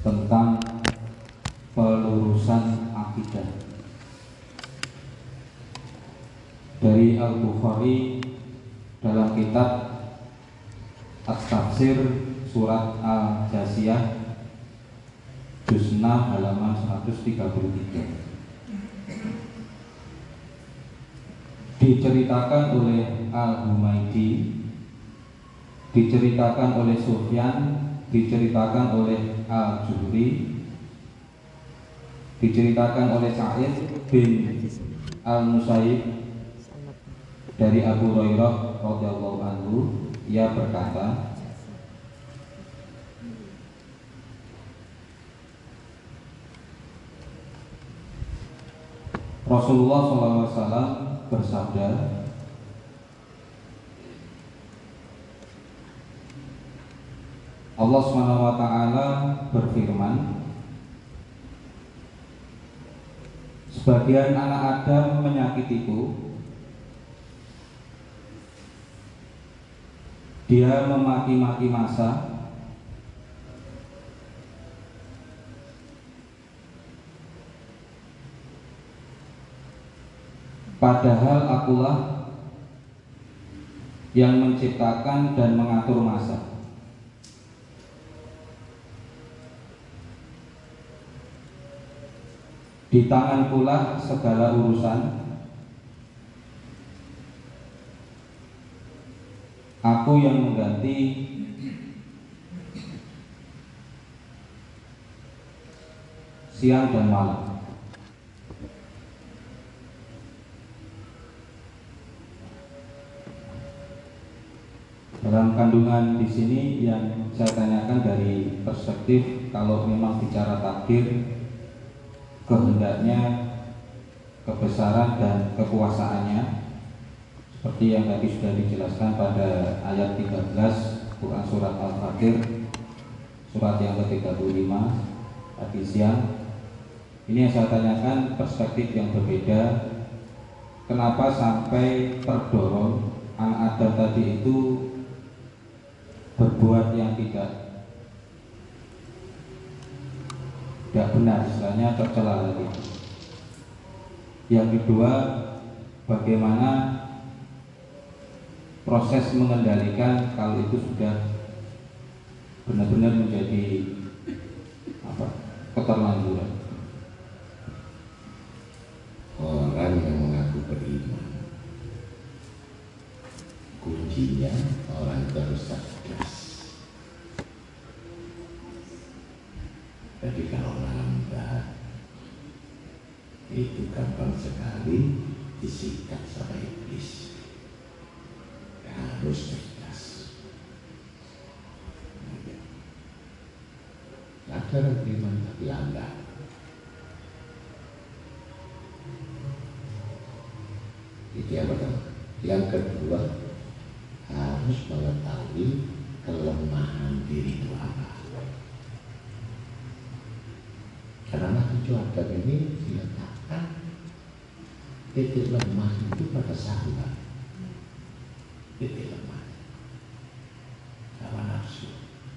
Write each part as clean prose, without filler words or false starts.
tentang pelurusan akidah dari Al-Bukhari dalam kitab At-Tafsir Surat Al-Jasiyah juz 6 halaman 133. Diceritakan oleh Al-Humaydi, diceritakan oleh Sufyan, diceritakan oleh Al-Zuhri, diceritakan oleh Sa'id bin Al-Musayyib dari Abu Hurairah radhiyallahu anhu, ia berkata, Rasulullah SAW bersabda, Allah SWT berfirman, sebagian anak Adam menyakitiku, dia memaki-maki masa, padahal akulah yang menciptakan dan mengatur masa. Di tangan pula segala urusan. Aku yang mengganti siang dan malam. Dalam kandungan di sini yang saya tanyakan dari perspektif kalau memang bicara takdir, kehendaknya, kebesaran dan kekuasaannya, seperti yang tadi sudah dijelaskan pada ayat 13 Quran Surat Al-Fatir, surat yang ke-35 tadi siang. Ini yang saya tanyakan perspektif yang berbeda. Kenapa sampai terdorong anak Adam tadi itu berbuat yang tidak benar, istilahnya tercela lagi. Yang kedua, bagaimana proses mengendalikan kalau itu sudah benar-benar menjadi keterlanjuran. Orang yang mengaku beriman, kuncinya orang itu harus cerdas. Jadi kalau lambat itu gampang sekali disikat sama iblis. Harus cerdas. Ada orang beriman tapi lambat. Itu yang pertama. Yang kedua, harus mengetahui kelemahan diri itu apa. Karena cucu Adam ini diletakkan titik lemah itu pada sahabat. Titik lemah hawa nafsu.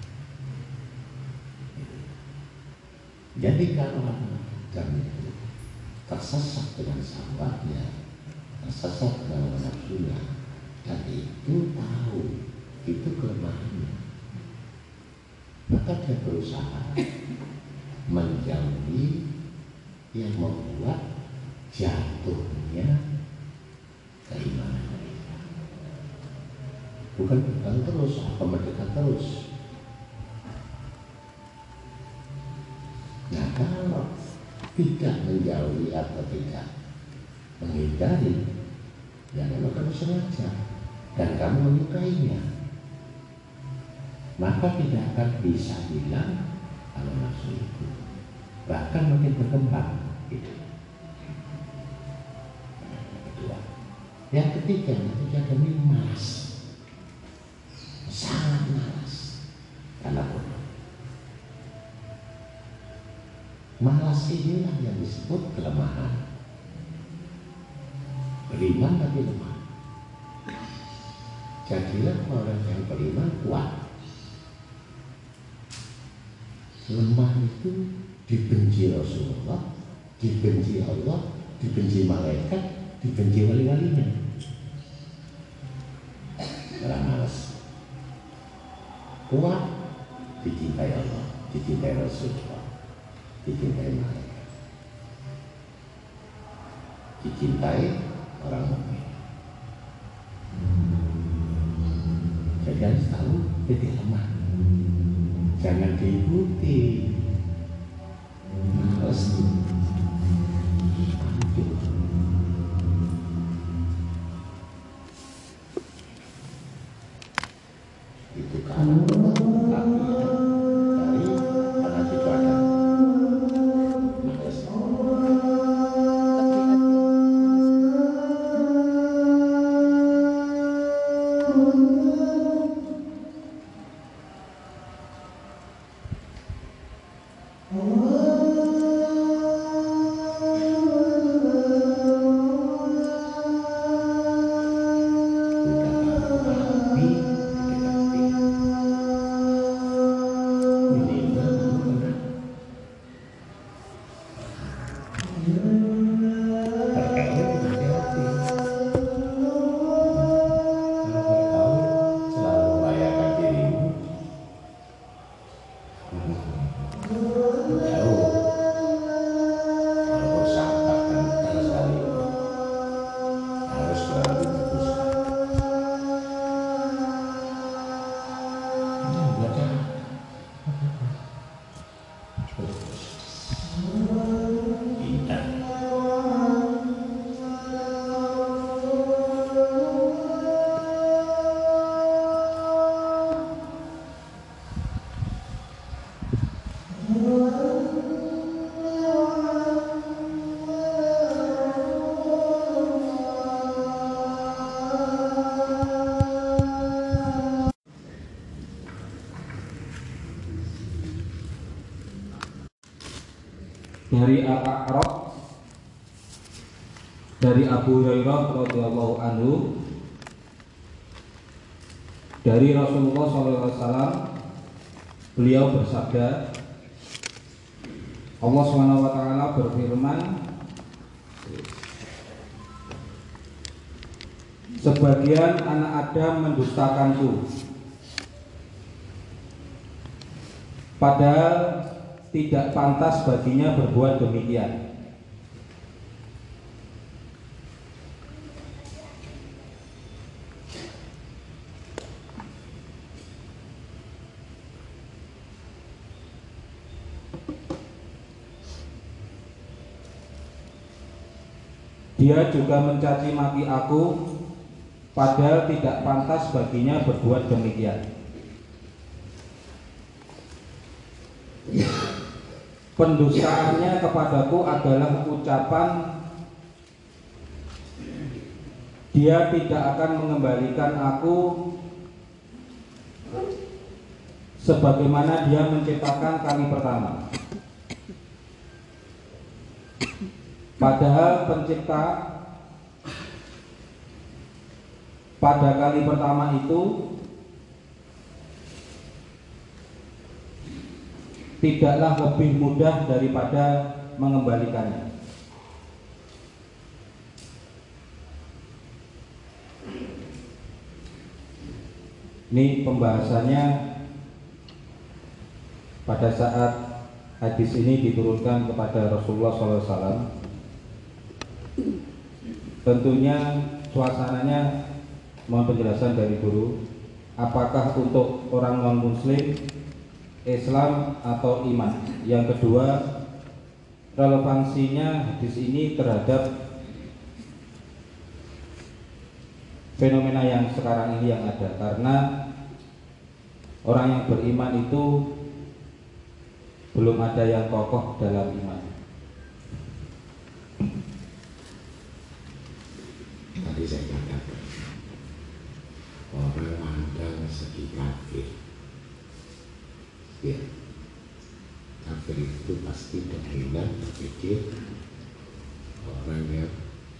Jadi kalau anak Adam itu tersesat dengan sahabatnya, tersesat dengan hawa nafsunya, dan itu tahu itu kelemahannya, maka dia berusaha menjauhi yang membuat jatuhnya keimanan mereka. Bukan terus atau mendekat terus. Nah, kalau tidak menjauhi atau tidak menghindari, ya memang kamu sengaja dan kamu menyukainya, maka tidak akan bisa bilang kalau nafsu itu bahkan makin berkembang gitu. Kedua, yang ketiga itu jadi malas, sangat malas karena bodoh. Malas inilah yang disebut kelemahan. Beriman tapi lemah. Jadilah orang yang beriman kuat. lemah itu dibenci Rasulullah, dibenci Allah, dibenci malaikat, dibenci wali-walinya. Orang malas. Kuat dicintai Allah, dicintai Rasulullah, dicintai malaikat, dicintai orang mukmin. Jadi harus tahu kita lemah, jangan diikuti. Males itu karena dari anak ibadah. Males. Dari Al-A'raf dari Abu Hurairah radhiyallahu anhu dari Rasulullah SAW, beliau bersabda, Allah SWT berfirman, sebagian anak Adam mendustakanku, padahal tidak pantas baginya berbuat demikian. Dia juga mencaci maki aku, padahal tidak pantas baginya berbuat demikian. Pendustaannya kepadaku adalah ucapan dia tidak akan mengembalikan aku sebagaimana dia menciptakan kali pertama. Padahal pencipta pada kali pertama itu tidaklah lebih mudah daripada mengembalikannya. Ini pembahasannya pada saat hadis ini diturunkan kepada Rasulullah SAW. Tentunya suasananya, mohon penjelasan dari guru, apakah untuk orang non-muslim, Islam atau iman. Yang kedua, relevansinya hadis ini terhadap fenomena yang sekarang ini yang ada, karena orang yang beriman itu belum ada yang kokoh dalam iman. Tadi saya katakan orang mandang segi kafir, ya, kafir itu pasti dominan berpikir orang yang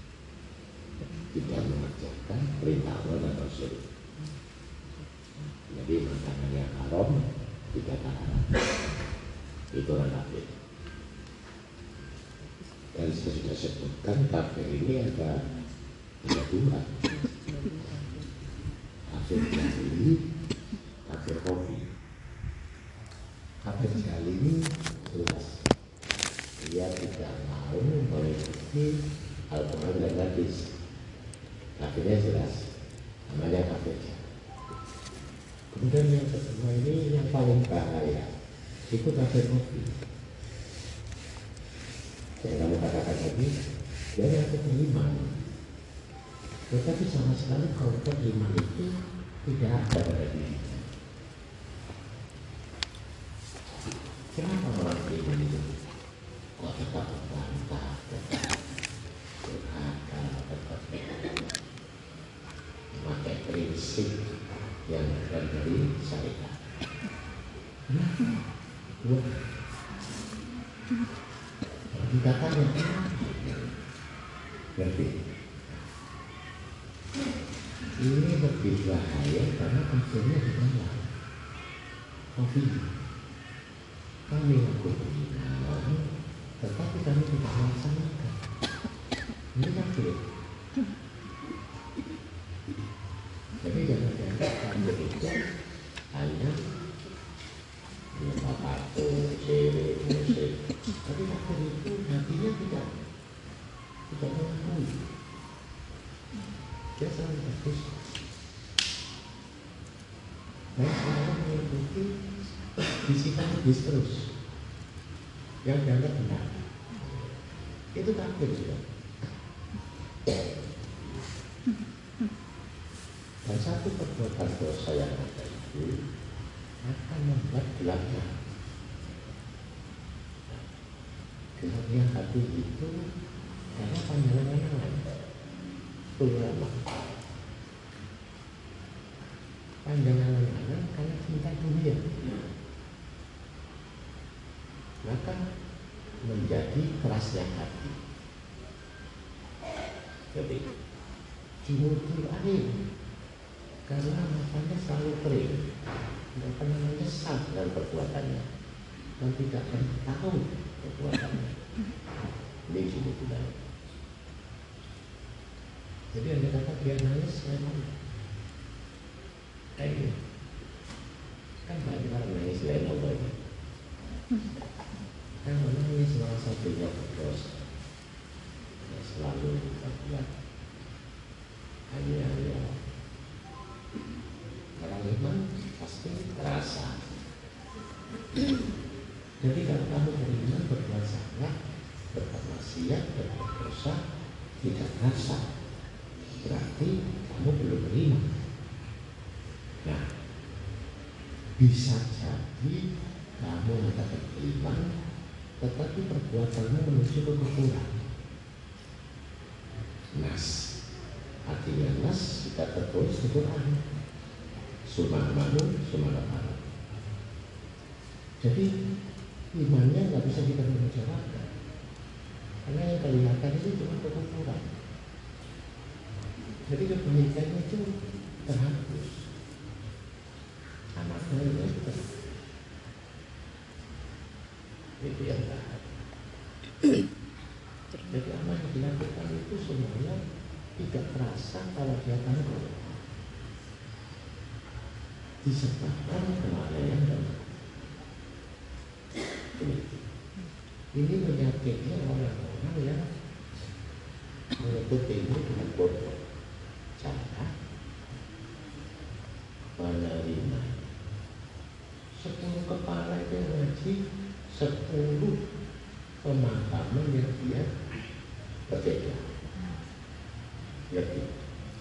tidak mengerjakan perintah Allah dan Rasul. Jadi makanannya haram, tidak haram. itu orang kafir. Dan saya sudah sebutkan kafir ini ada dua, kafir jahili, kafir kopi. Kafir jahili ini jelas dia tidak mau mengikuti Al-Quran dan hadis. Kafirnya jelas, namanya kafir. Kemudian yang kedua ini yang paling bahaya, itu kafir kopi. Yang kamu katakan tadi, dia yang beriman, tetapi sama sekali kalau beriman itu tidak ada pada dirinya. Kenapa orang beriman itu kok tetap berbantah, tetap berkata, tetap memakai prinsip yang dari syariat? Dikatakan berarti ini lebih bahaya karena kafirnya di dalam kopi. Kami ngaku beriman, tetapi kami tidak melaksanakan. Ini kafir. Jadi jangan dianggap kafir itu hanya menyembah patung, syirik, musyrik. Tapi kafir itu hatinya tidak mengakui. Dia selalu bagus. Dan selalu mengikuti bisikan iblis terus yang dianggap benar. Itu kafir juga. Dan satu perbuatan dosa yang ada itu akan membuat gelapnya. Gelapnya hati itu karena pandangan-pandangan ulama. Pandangan-pandangan karena cinta dunia. Maka menjadi kerasnya hati. Jadi jumudul air karena matanya selalu kering, tidak pernah menyesal dalam perbuatannya dan tidak pernah tahu perbuatannya. Ini jumudul air. Jadi anda kata dia nangis memang kayak gini. Kan banyak orang nangis selain Allah ini. Kan menangis salah satunya berdosa. Ya, selalu berbuat hanya orang iman pasti terasa. Jadi kalau kamu beriman berbuat salah, berbuat maksiat, berbuat dosa, tidak terasa, berarti kamu belum beriman. Nah, bisa jadi kamu mengatakan beriman, tetapi perbuatanmu menuju ke kekurangan. Nas, artinya nas kita tertulis di Quran. Summa manu, summa lapar. Jadi imannya nggak bisa kita membicarakan, karena yang kelihatan itu cuma kekurangan. Jadi kebaikannya itu terhapus. Anak baiknya itu terhapus. Itu yang terhapus. Jadi amal yang dilakukan itu semuanya tidak terasa kalau dia tangguh. Disebabkan kelalaian dan ini menyakitnya orang-orang yang menyebut ini dengan bodoh. Cara menerima 10 kepala itu yang ngaji 10 pemahaman yang dia berbeda. Ngerti?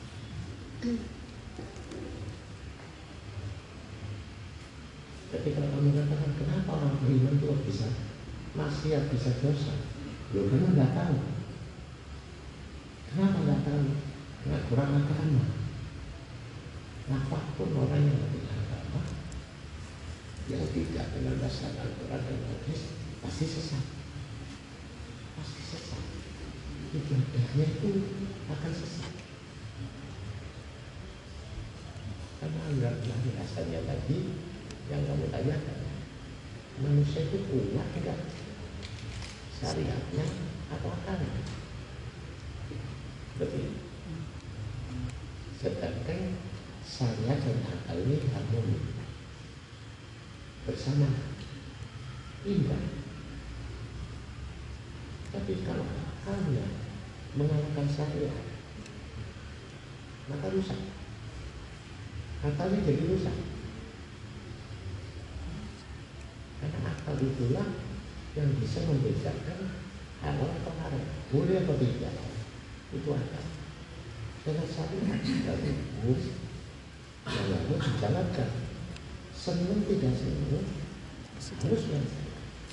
Jadi kalau kamu katakan kenapa orang beriman itu bisa maksiat, bisa dosa, ya karena nggak tahu. Kenapa nggak tahu? Nggak kurang agama. Apapun orang yang tidak agama, yang tidak dengan dasar Al-Quran dan hadis, pasti sesat. Pasti sesat. Ibadahnya itu akan sesat. Karena nggak rasanya tadi yang kamu tanyakan. manusia itu kuat enggak syariatnya atau akalnya? Betul. Sedangkan syariat dan akal ini harmoni bersama, indah. Tapi kalau akalnya mengalahkan syariat, maka rusak. Akalnya jadi rusak. Karena akal itulah yang bisa membedakan halal atau haram, boleh atau tidak. Itu akal. Dengan syariat dan hukum yang harus dijalankan. Senang tidak senang harus dilaksanakan.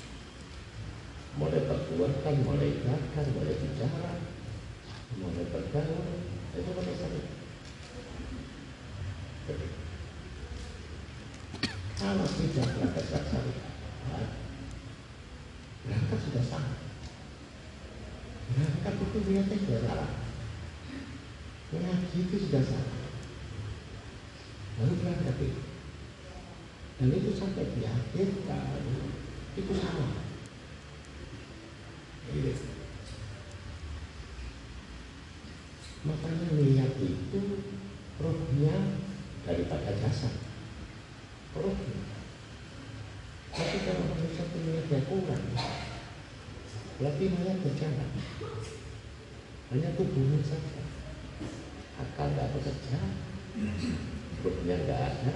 Mulai perbuatan, mulai dagang, mulai bicara, mulai bergaul, itu mulai syariat. Kalau tidak berangkat syariat, berangkat sudah salah. Berangkat itu niatnya sudah salah. Mengaji itu sudah salah. Lalu berangkat itu. Dan itu sampai di akhir itu salah. Gitu. Makanya niat itu rohnya daripada jasad. Rohnya. Tapi kalau manusia niatnya kurang, berarti niat berjalan. Hanya tubuhnya saja. Akal tidak bekerja, rohnya tidak ada,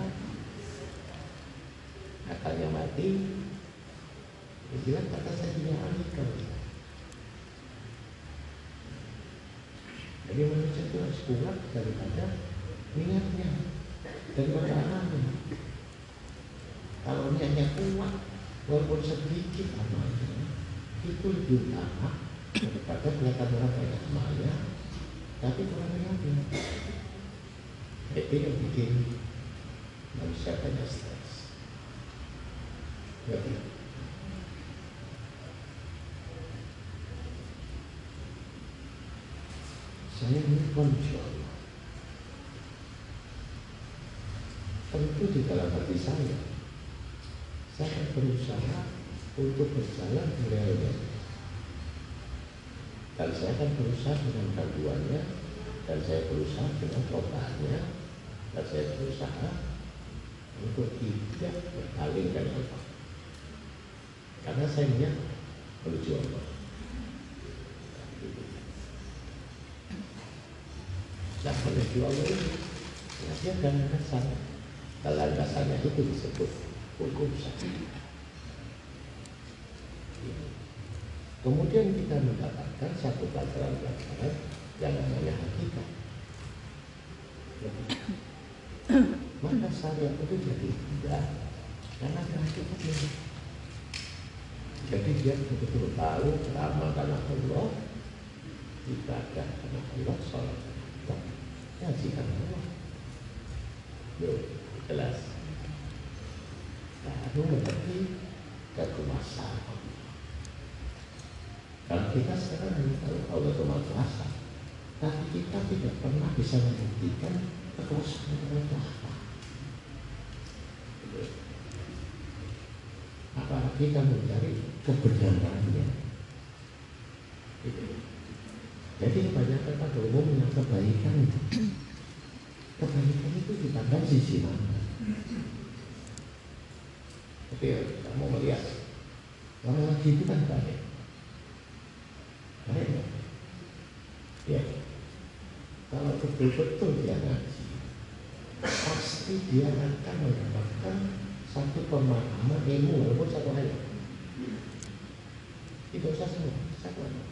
akalnya mati. Bilang kata saya punya akal. Jadi manusia itu harus kuat daripada niatnya, daripada amalnya. Kalau niatnya kuat, walaupun sedikit amalnya, itu lebih utama daripada kelihatan orang banyak amalnya, tapi kurang niatnya. Itu yang bikin manusia banyak stres. Betul. Saya ini konjol. Tentu di dalam hati saya akan berusaha untuk berjalan relnya. Dan saya akan berusaha dengan bantuannya, dan saya berusaha dengan obatnya, dan saya berusaha untuk tidak berpaling dari Allah. Karena saya niat menuju Allah. Dan menuju Allah ini, dia dan landasan. Dan landasannya itu disebut hukum syariat. Kemudian kita mendapatkan satu pelajaran-pelajaran yang namanya hakikat. Maka syariat itu jadi indah karena hakikatnya. Jadi dia betul-betul tahu beramal karena Allah, ibadah karena Allah, sholat karena Allah, ngaji karena Allah. Loh, jelas. Lalu mengerti kekuasaan Allah. Kalau kita sekarang hanya tahu Allah itu Maha Kuasa, tapi kita tidak pernah bisa membuktikan kekuasaan Allah itu apa. Apalagi kita mencari kebenarannya. Jadi kebanyakan pada umumnya kebaikan itu dipandang sisi mana. Tapi kamu melihat orang lagi itu kan baik. Baik ya. Kalau betul-betul dia ngaji, pasti dia akan mendapatkan satu pemahaman ilmu walaupun satu ayat. Tidak usah semua, satu ayat.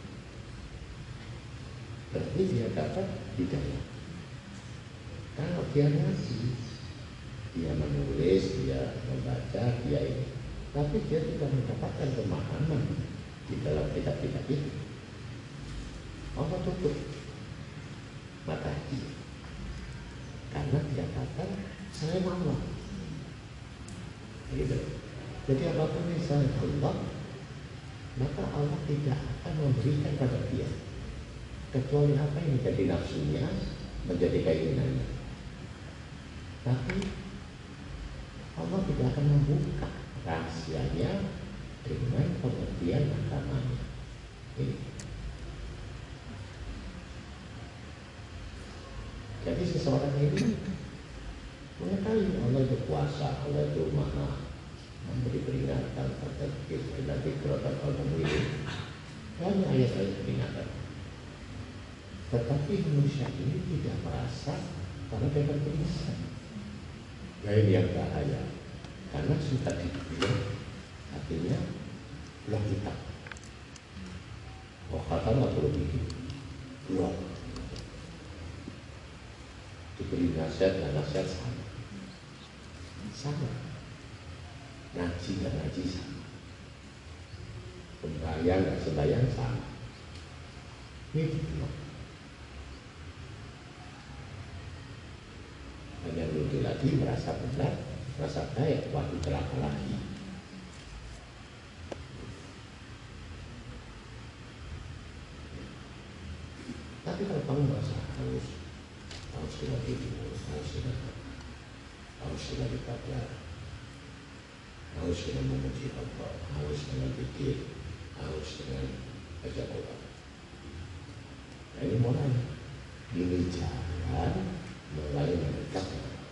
Berarti dia dapat hidayah. Kalau dia ngaji, dia menulis, dia membaca, dia ini, tapi dia tidak mendapatkan pemahaman di dalam kitab-kitab itu. Allah tutup mata hati karena dia kata saya Allah. Gitu. Jadi apapun yang saya Allah, maka Allah tidak akan memberikan pada dia kecuali apa yang menjadi nafsunya, menjadi keinginannya. Tapi Allah tidak akan membuka rahasianya dengan pengertian agamanya. Ini. Jadi seseorang ini mengetahui Allah itu kuasa, Allah itu maha memberi peringatan, tertibis, nanti kerotan Allah ini banyak ayat-ayat peringatan. Tetapi manusia ini tidak merasa karena dapat peringatan. Nah ini yang bahaya, karena sudah dibilang artinya blok hitam. Oh kata Allah berlebih blok. Diberi nasihat dan nasihat sama, ngaji dan ngaji sama, sembahyang dan sembahyang sama. Ini blok. Hanya lebih lagi merasa benar, merasa baik, waktu celaka lagi. Tapi kalau kamu merasa harus dengan tidur, harus dengan ibadah, harus dengan memuji Allah, harus dengan zikir, harus dengan baca Quran. Nah ini mulai ini jalan mulai mendekat.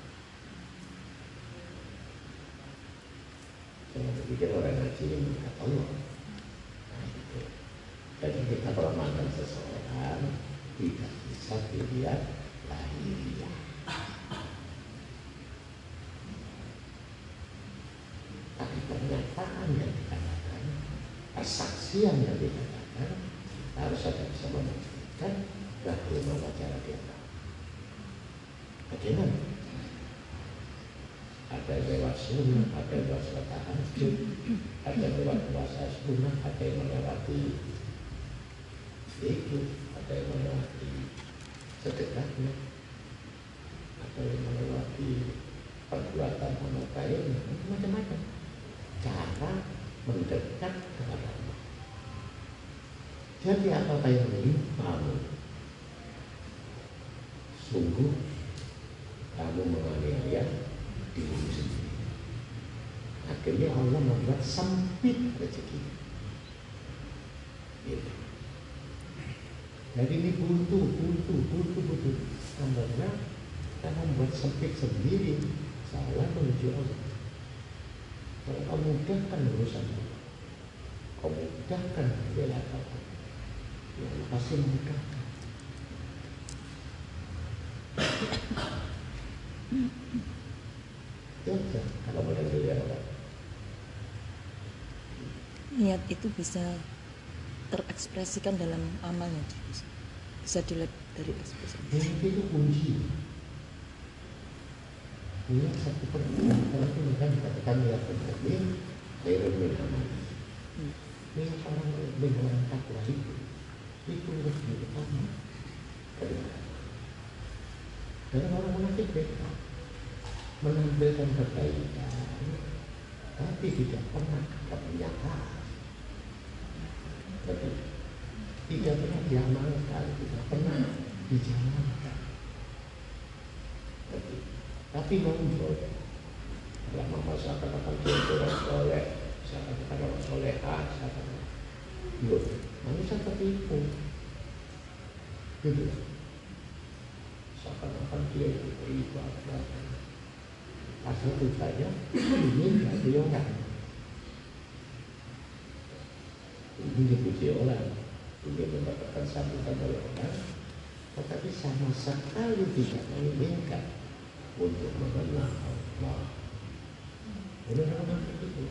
Jangan berpikir orang ngaji ini mendekat Allah. Nah itu. Jadi kita kalau makan seseorang tidak bisa dilihat lahiriah. Tapi pernyataan yang dikatakan, persaksian yang dikatakan harus ada bisa memastikan bagaimana cara dia tahu. Bagaimana? Ada yang lewat sunnah, ada yang lewat sholat tahajud, ada yang lewat puasa sunnah, ada yang melewati zikir, ada yang melewati sedekahnya, ada yang melewati perbuatan amal baiknya, macam-macam cara mendekat kepada Allah. Jadi apakah yang menimpamu? Sungguh kamu menganiaya dirimu sendiri. Akhirnya Allah membuat sempit rezeki. Gitu. Jadi ini buntu. Karena kita membuat sempit sendiri, salah menuju Allah. Kalau kamu mudahkan urusan Allah, kamu mudahkan bela Allah, ya Allah pasti memudahkan. Itu kalau mau bela Allah. Niat itu bisa terekspresikan dalam amalnya, bisa dilihat dari ekspresi. Niat itu kunci. Niat satu perkara, kalau itu bukan dikatakan niat berkabin, khairun min amal. Niat orang takwa itu lebih utama. Karena orang munafik beda, menampilkan kebaikan, tapi tidak pernah kenyataan. Tidak pernah diamalkan, tidak pernah dijalankan. Tapi ngobrol dalam masyarakat akan jadi orang soleh, masyarakat orang solehah, yuk, manusia tertipu, gitu. Seakan-akan dia itu beribadah, asal tujuannya ingin dipuji orang, ingin dipuji orang, ingin mendapatkan sambutan dari orang, tetapi sama sekali tidak menginginkan untuk mengenal Allah. Orang-orang itu,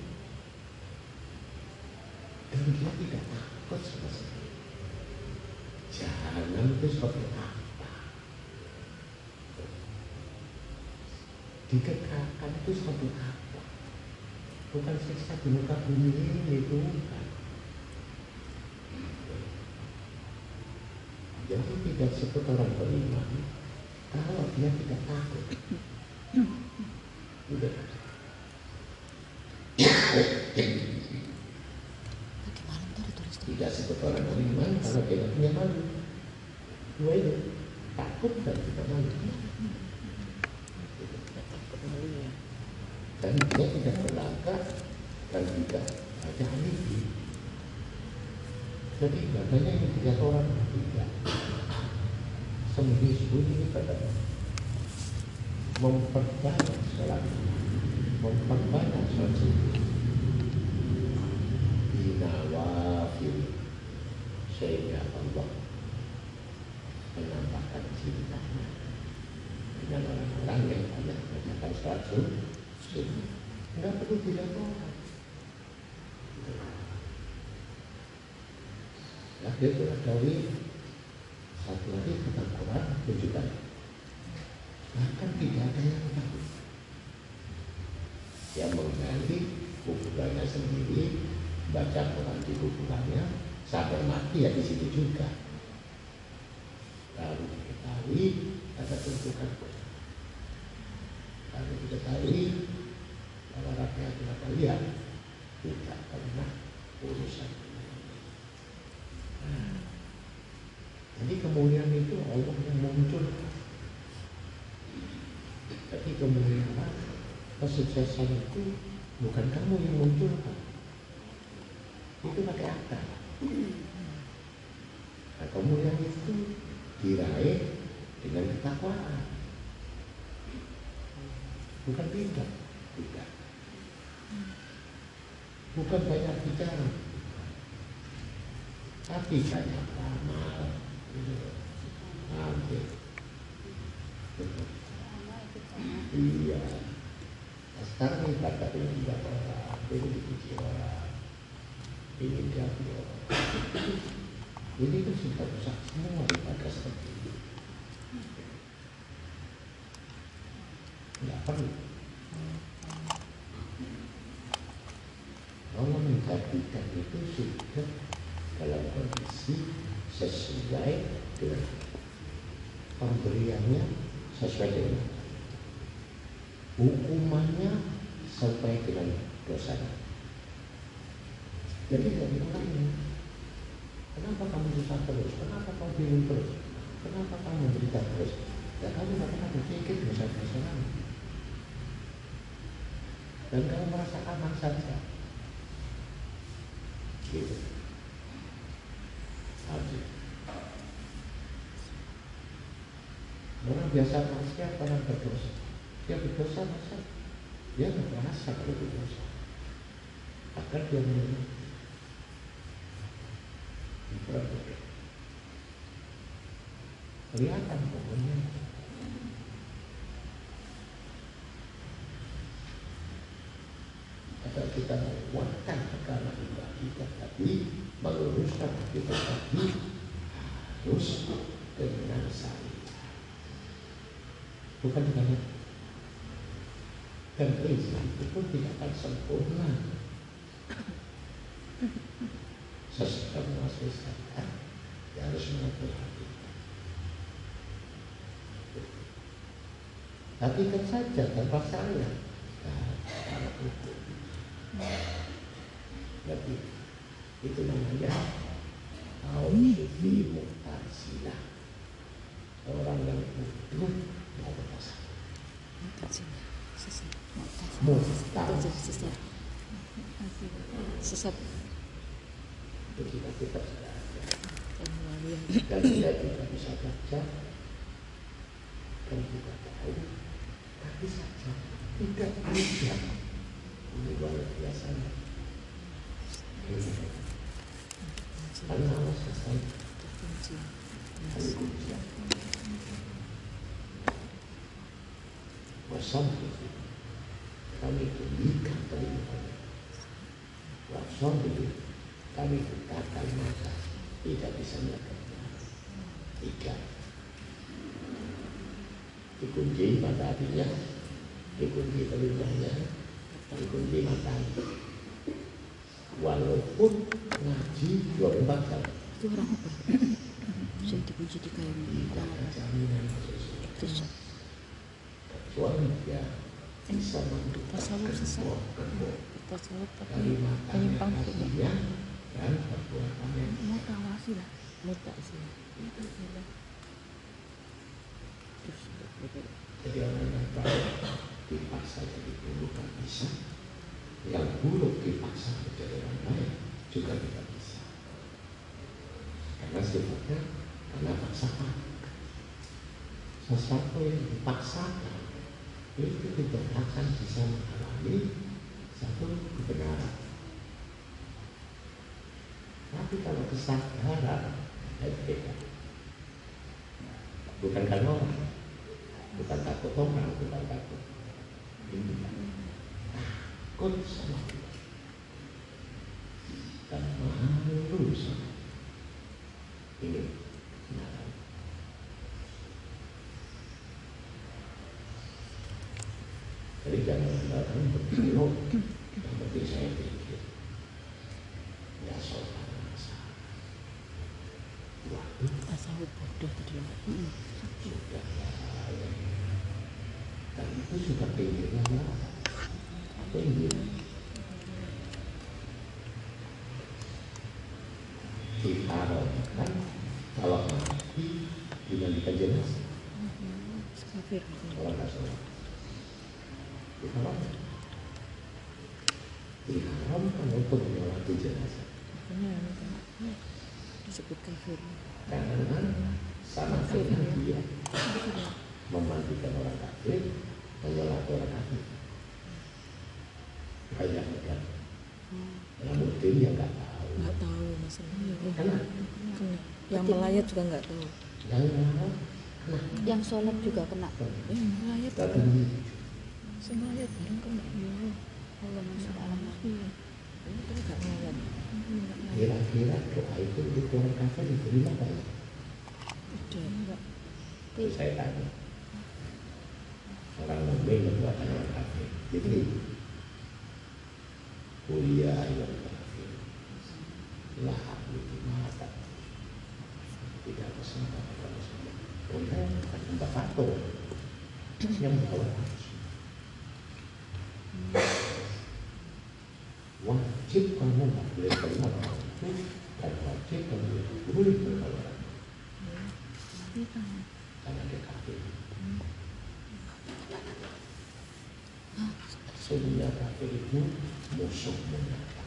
dan dia tidak takut sama sekali. Jahanam itu seperti apa? Dikekalkan itu seperti apa? Bukan siksa di muka bumi ini, bukan. Jadi tidak sebut orang beriman kalau dia tidak takut. Tidak sebut orang beriman kalau dia tidak punya malu. Dua itu, takut dan tidak malu. Dan dia tidak berlagak Jadi ibadahnya ini dilihat orang tidak sembunyi-sembunyi ibadah, memperbanyak sholat, memperbanyak sholat subuh, binawafil, sehingga Allah menampakkan cintanya dengan orang-orang yang banyak mengerjakan sholat subuh. Enggak perlu dilihat orang. Ya, dia dari satu hari kita Quran tunjukkan, bahkan tidak ada yang tahu. Dia menggali kuburannya sendiri, baca Quran di kuburannya sampai mati ya di situ juga. Lalu diketahui ada tuntukan Quran. Lalu diketahui bahwa rakyat kalian tidak pernah urusan. Jadi kemuliaan itu Allah yang muncul. Tapi kemuliaan, kesuksesan itu bukan kamu yang muncul, itu pakai akal. Nah, kemuliaan itu diraih dengan ketakwaan, bukan tidak. Bukan banyak bicara, tapi banyak amal. Nanti iya, sekarang ini kata ini tidak orang, ini dipuji orang, ini diaku orang. Ini itu sudah rusak semua ibadah seperti itu. Tidak perlu. Allah menjadikan itu sudah dalam kondisi sesuai dengan pemberiannya, sesuai dengan hukumannya, sesuai dengan dosanya. Jadi dari orang ini, kenapa kamu susah terus? Kenapa kamu bingung terus? Kenapa kamu menderita terus? Ya kamu tidak pernah berpikir dosa-dosa kamu, dan kamu merasa aman saja. Gitu. Orang biasa manusia, orang berdosa. Dia berdosa masa dia nggak merasa kalau berdosa. Agar dia menang. Kelihatan pokoknya. Agar kita menguatkan agama kita tadi, meluruskan kita tadi, harus dengan syariat. Bukan dengan, dan Islam itu pun tidak akan sempurna. Sesuatu syariat dia harus mengatur hati. Hakikat saja tanpa syariat, tanpa hukum. Jadi itu namanya kaum sufi mu'tazilah, orang yang bodoh mau berdosa. Sesat. Itu kita sudah ada. Dan kita tidak bisa baca dan juga tahu, tapi saja tidak mudah. Ini luar biasa. Karena Allah selesai. Wasambil kami tinggikan kelimpannya. Wasambil kami katakan maka tidak bisa melakukan. Tiga dikunci pada hatinya, dikunci telinganya, dikunci matanya. Walaupun ngaji 24 jam Itu orang apa? Saya dikunci di kayu. tidak ada jaminan Terus kecuali dia bisa tasawuf sesat. Tasawuf tapi kalimat penyimpang hatinya dan perbuatannya. mau tawasi lah. Muta sih. Jadi orang yang baik dipaksa jadi buruk tak bisa, yang buruk dipaksa menjadi orang baik juga tidak bisa. karena sifatnya karena paksaan. Sesuatu yang dipaksakan itu tidak akan bisa mengalami satu kebenaran. Tapi kalau kesadaran beda. Bukan karena orang, bukan takut orang, bukan takut ini, takut sama Allah dan malu sama ini kebenaran. Jadi jangan datang begitu, yang penting saya pikir, ya soal masalah. Waduh, tasawuf bodoh tadi. sudah ya. Dan itu sudah pinggirnya ya, pinggir. Diharamkan kalau mati dimandikan jenazah. Kafir. Orang nggak sholat. Diharamkan untuk menyolati jenazah. Disebut kafir. Karena sama dengan dia memandikan orang kafir, menyolati orang kafir. Banyak kan. Namun dia nggak tahu. Nggak tahu masalahnya. Kena. Yang melayat juga nggak tahu. Yang kena. Yang sholat juga kena. Yang melayat Tapi kena. Semuanya bareng kena. Ya Allah masya Allah. Ini kan nggak melayat. kira-kira doa itu untuk orang kafir diterima nggak? Tidak. Terus saya tanya, orang mukmin mendoakan orang kafir, jadi kuliah yang kafir, lah itu mata tidak kesempatan kalau semua. Kemudian Mbak Fato yang bawa wajib kamu nggak boleh terima dan wajib kamu boleh berkawan karena dia kafir. Sebenarnya kafir itu musuh menyata.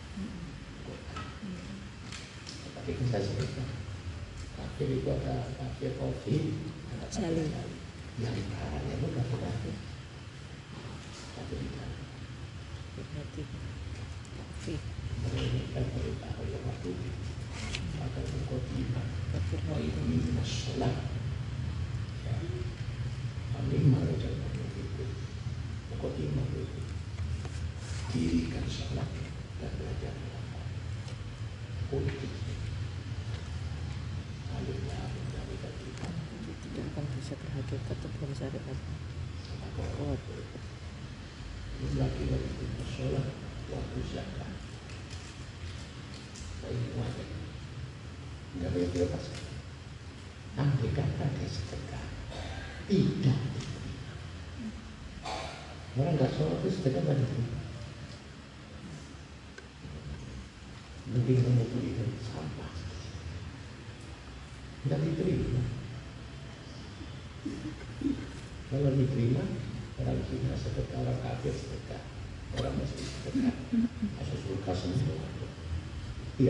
Tapi kan saya sebutkan kafir itu ada kafir covid, ada kafir yang caranya itu kafir. Kafir itu Berarti mereka beritahu yang waktu agar mengkotikan ini masalah kami malu jangan begitu mengkotikan itu dirikan sholat dan belajar politik alihnya menjadikan kita tidak akan bisa berhakikat sebelum syariat. lagi waktu sholat waktu zakat semuanya nggak boleh dilepas. Andai kata dia sedekah tidak diterima. Orang nggak sholat itu sedekah nggak diterima. Mending kamu belikan sampah nggak diterima. Kalau diterima orang Cina sedekah, orang kafir sedekah, orang Muslim sedekah, masuk surga semua. Iya.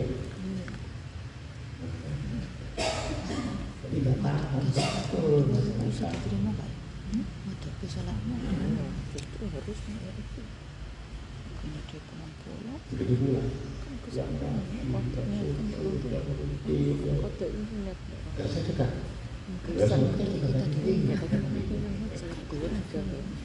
Tidak tahu betul. Bisa diterima nggak? Ada bisa lama. Itu harusnya itu. Karena dia kemampuan. Begitu pula. Yang kontaknya kontak ini Gak sedekah. Kristen kita diterima. Salah gue aja.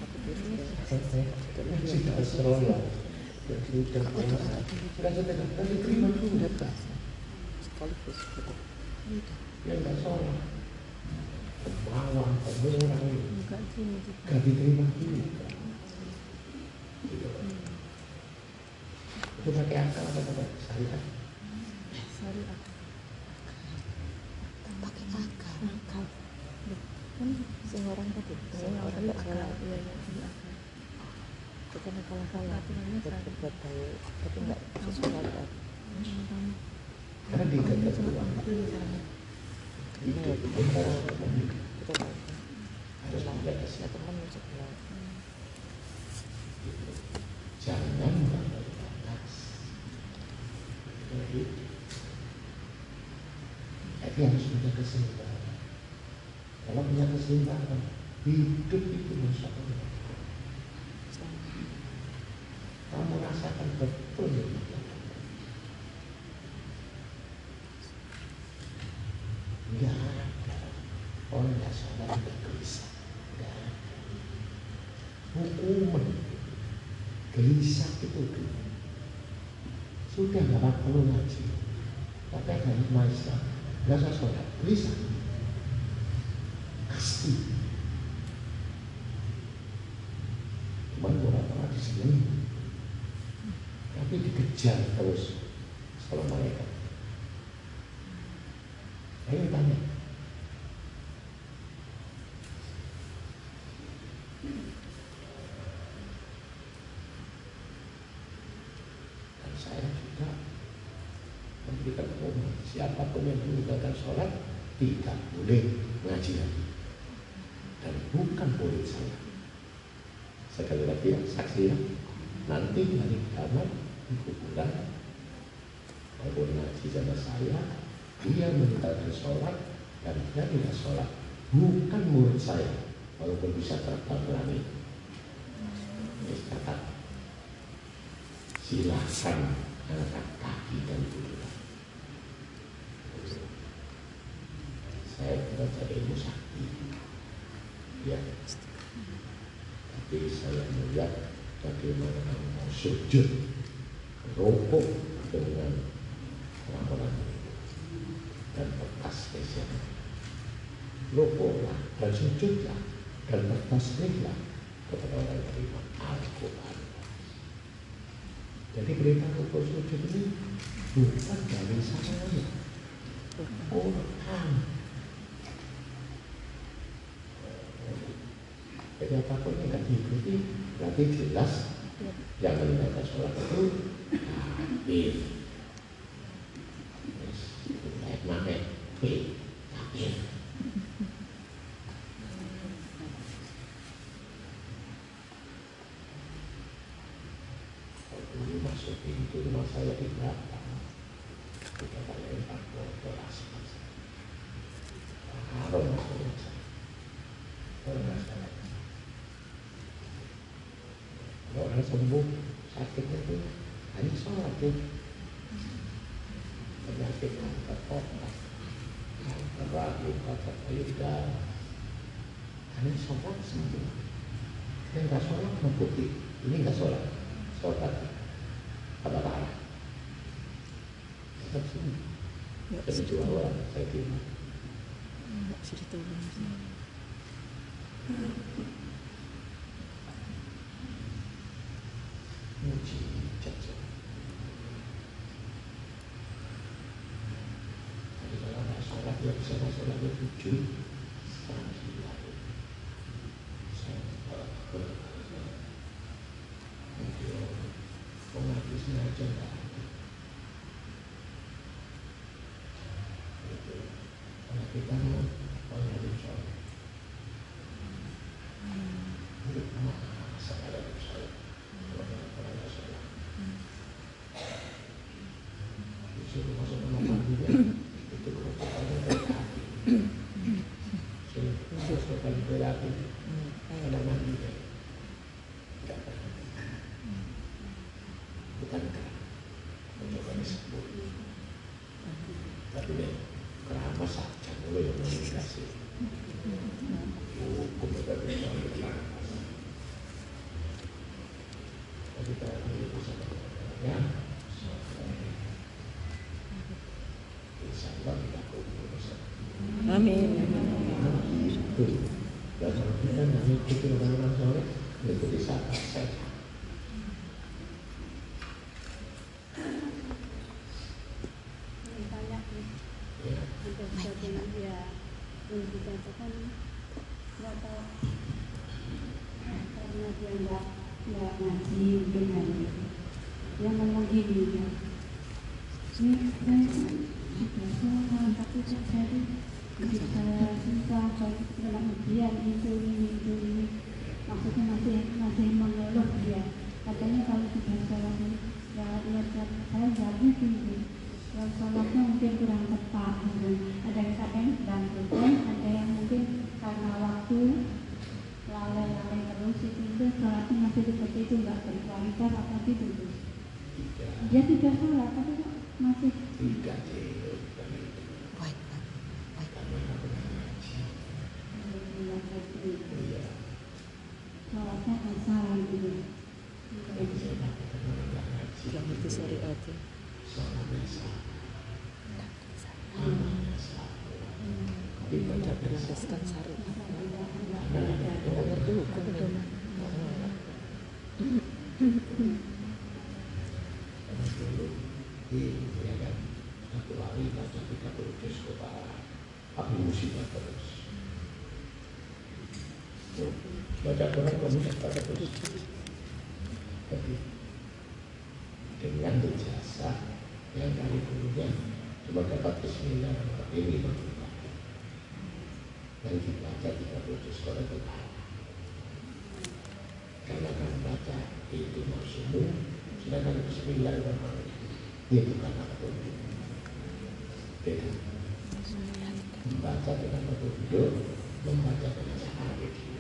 Tidak serolah. Sudah sedekah. Kan diterima juga. Sekaligus betul. Yang nggak sholat, bawang, pemurang, Enggak sini juga. nggak diterima juga. Itu pakai akal apa pakai syariat? Syariat. Pakai akal. Akal. Kan semua orang tadi. Semua orang tak salah. Iya iya. Bukan akal-akalan. Berbuat baik, tapi enggak sesuai syariat. Karena dikatakan uang Ini ya kita harus menjaga ya teman sebelah. jangan melampaui batas. Jadi Jadi harus punya keseimbangan. Kalau punya keseimbangan, hidup itu masya Allah. Kamu rasakan betul ya. Enggak ada orang nggak sholat nggak gelisah. Enggak ada. Hukuman gelisah itu sudah nggak perlu ngaji. Tapi agama Islam nggak usah sholat gelisah. Pasti. Cuman orang-orang di sini, tapi dikejar terus sama mereka. Ayo tanya. Dan saya juga memberikan umum, siapapun yang meninggalkan sholat tidak boleh ngaji lagi. Dan bukan boleh saya. Sekali lagi ya, saksi ya. Nanti hari kiamat di kuburan, kalau ngaji sama saya, dia meninggalkan sholat dan dia tidak sholat, bukan murid saya, walaupun bisa terbang langit. Ini kata, silahkan angkat kaki dan duduk. Saya belajar ilmu sakti, ya. Tapi saya melihat bagaimana kamu sujud, rukuk dengan orang-orang dan bertasbihlah, rukuklah dan sujudlah dan bertasbihlah kepada orang yang terima Al-Quran. Jadi berita rukuk sujud ini bukan dari saya, Quran. Jadi apapun yang tidak diikuti berarti jelas yang meninggalkan sholat itu kafir. Mamet kafir. Dulu masuk pintu rumah saya di belakang, kita lempar botol asap. Harum masuk rumah saya. Kalau orang sembuh sakitnya itu hanya sholat ya. Penyakit kanker otak, kanker rahim, kanker payudara, hanya sholat sembuh. Kita nggak sholat membukti, ini nggak sholat, sholat apa arah? Tetap sembuh. Tapi dua orang saya terima. Nggak bisa ditolong sih. Mujizat. Tapi kalau nggak sholat ya bisa sholatnya 7 setengah 9. Mengaku sengaja nggak ada. Itu kalau kita mau mengalir sholat. Disuruh masuk rumah mandi ya, itu kerupakannya dari hati. Suruh paling berarti ada mandi ya. Tidak pernah. Bukankah mencoba disebut. Tapi deh, keramas saja mulai yang mengingatkan. Hukum itu bisa berlaku. Tapi kalau itu ya, insya Allah tidak berusaha. Amin. Itu. Dan kalau kita mengikuti orang-orang soleh, mengikuti sahabat saya. Dikatakan nggak tahu karena dia nggak ngaji dengan dia ngomong gini ya ini saya sudah sholat tapi kok jadi saya susah kalau dalam ujian ini maksudnya masih mengeluh dia katanya kalau sudah sholat ya lihat saya nggak mungkin kalau sholatnya mungkin kurang tepat ada masih seperti itu, nggak berkualitas apa gitu. Tidak. Dia sudah sholat tapi kok masih Tidak sih, karena itu. Baik, baik. Karena nggak pernah ngaji. Iya. sholatnya asal gitu. Tapi saya katakan orang nggak ngaji. Gak ngerti syariatnya. Sholatnya sah. Amalnya sah. Ibadah Tidak sah. melandaskan syariat. Karena Tidak ngerti hukum ini. Karena dulu ya kan satu hari baca 30 juz kepala tapi musibah terus. Baca Quran kok musibah terus. Tapi dengan ijazah yang dari dulunya cuma dapat Bismillahirrahmanirrahim dan dibaca 30 juz Quran kepala. Karena kan baca itu maksudnya sedangkan Bismillahirrahmanirrahim itu karena petunjuk. Beda. Membaca dengan petunjuk, membaca dengan cara begini.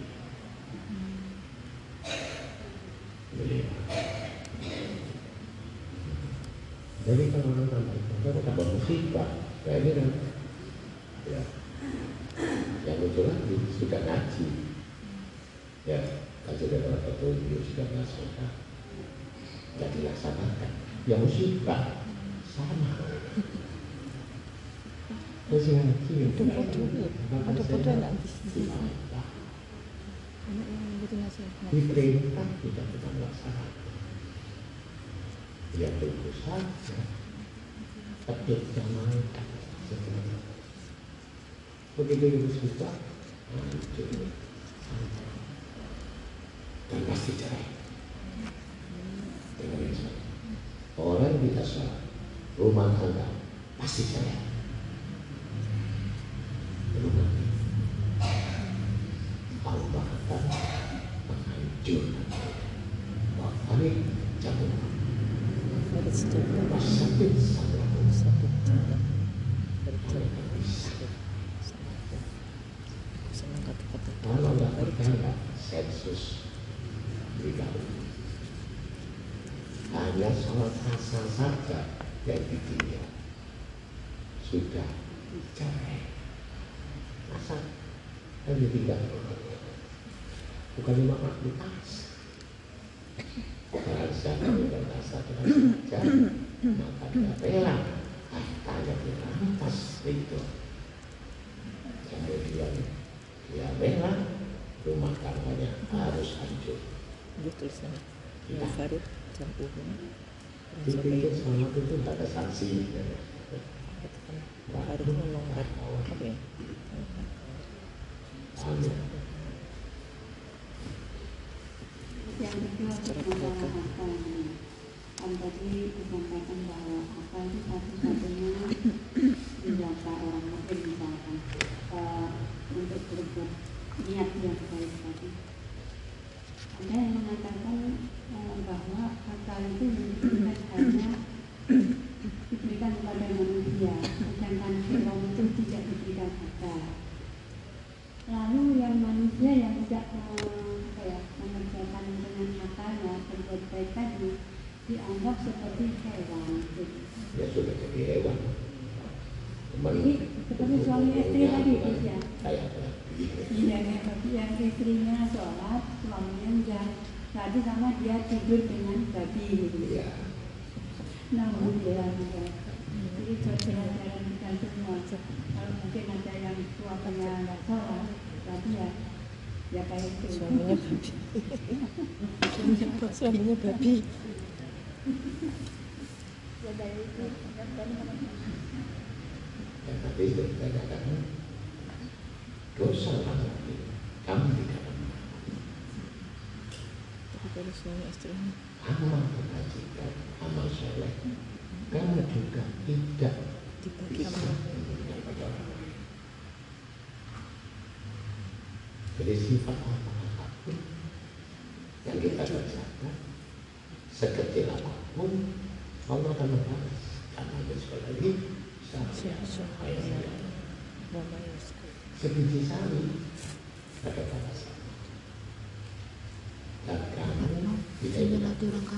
Jadi kalau orang tambah itu tambah musibah, kayak ini kan, ya, yang muncul lagi sudah ngaji, ya, kaji dari petunjuk sudah ngaji, tidak dilaksanakan, ya musibah. Sama. Terus yang Itu foto ya. Ada foto anak diperintah anak yang begitu nasihat. tidak kita melaksanakan. Ya tunggu saja. Tapi jangan segera. Begitu ibu suka, hancur. Dan pasti cerai. Dengarin saya. Orang bisa sholat, rumah tangga pasti cerai. Rumah Allah akan menghancurkan. Bahkan jatuh. Harus jaga. Sakit sangat. Sakit jaga. Mereka bisa. Senang kata-kata. Kalau nggak percaya, sensus beritahu. Hanya sholat asal saja yang ditinggal sudah cerai. Asal yang ditinggal bukan 5 waktu tas. Kalau siapa yang asal dengan saja maka dia rela hartanya dirampas itu. Kemudian dia rela rumah tangganya harus hancur. Dia tulisannya. Ya Farid jam umum. Dipikir selama itu tak ada sanksi. Farid ngomong apa ya? Yang kedua masalah akal ini. Kan tadi disampaikan bahwa akal itu satu-satunya senjata orang mukmin misalkan untuk berbuat niat yang baik tadi. Ada yang mengatakan bahwa akal itu hanya diberikan kepada manusia, sedangkan hewan itu tidak diberikan akal. Lalu yang manusia yang tidak mengerjakan dengan akalnya berbuat baik tadi dianggap seperti hewan. Ya sudah jadi hewan. Jadi seperti suami istri tadi ya. Kayak Iya, yang istrinya sholat, suaminya enggak. Tadi sama dia tidur dengan babi gitu. Iya. Alhamdulillah. Jadi pelajaran kita semua. Kalau mungkin ada yang suaminya nggak sholat, berarti ya kayak itu. Suaminya babi. Suaminya babi. Ya kayak itu. Dan nanti itu kita katakan dosa lagi kamu tidak akan Tapi kalau suami istrinya amal kebajikan, amal soleh kamu juga tidak dibagi bisa amal. memberikan pada orang lain. Jadi sifat apapun yang kita kerjakan sekecil apapun Allah akan membalas. Karena itu sekali lagi sebiji sari ada balasan. Dan kamu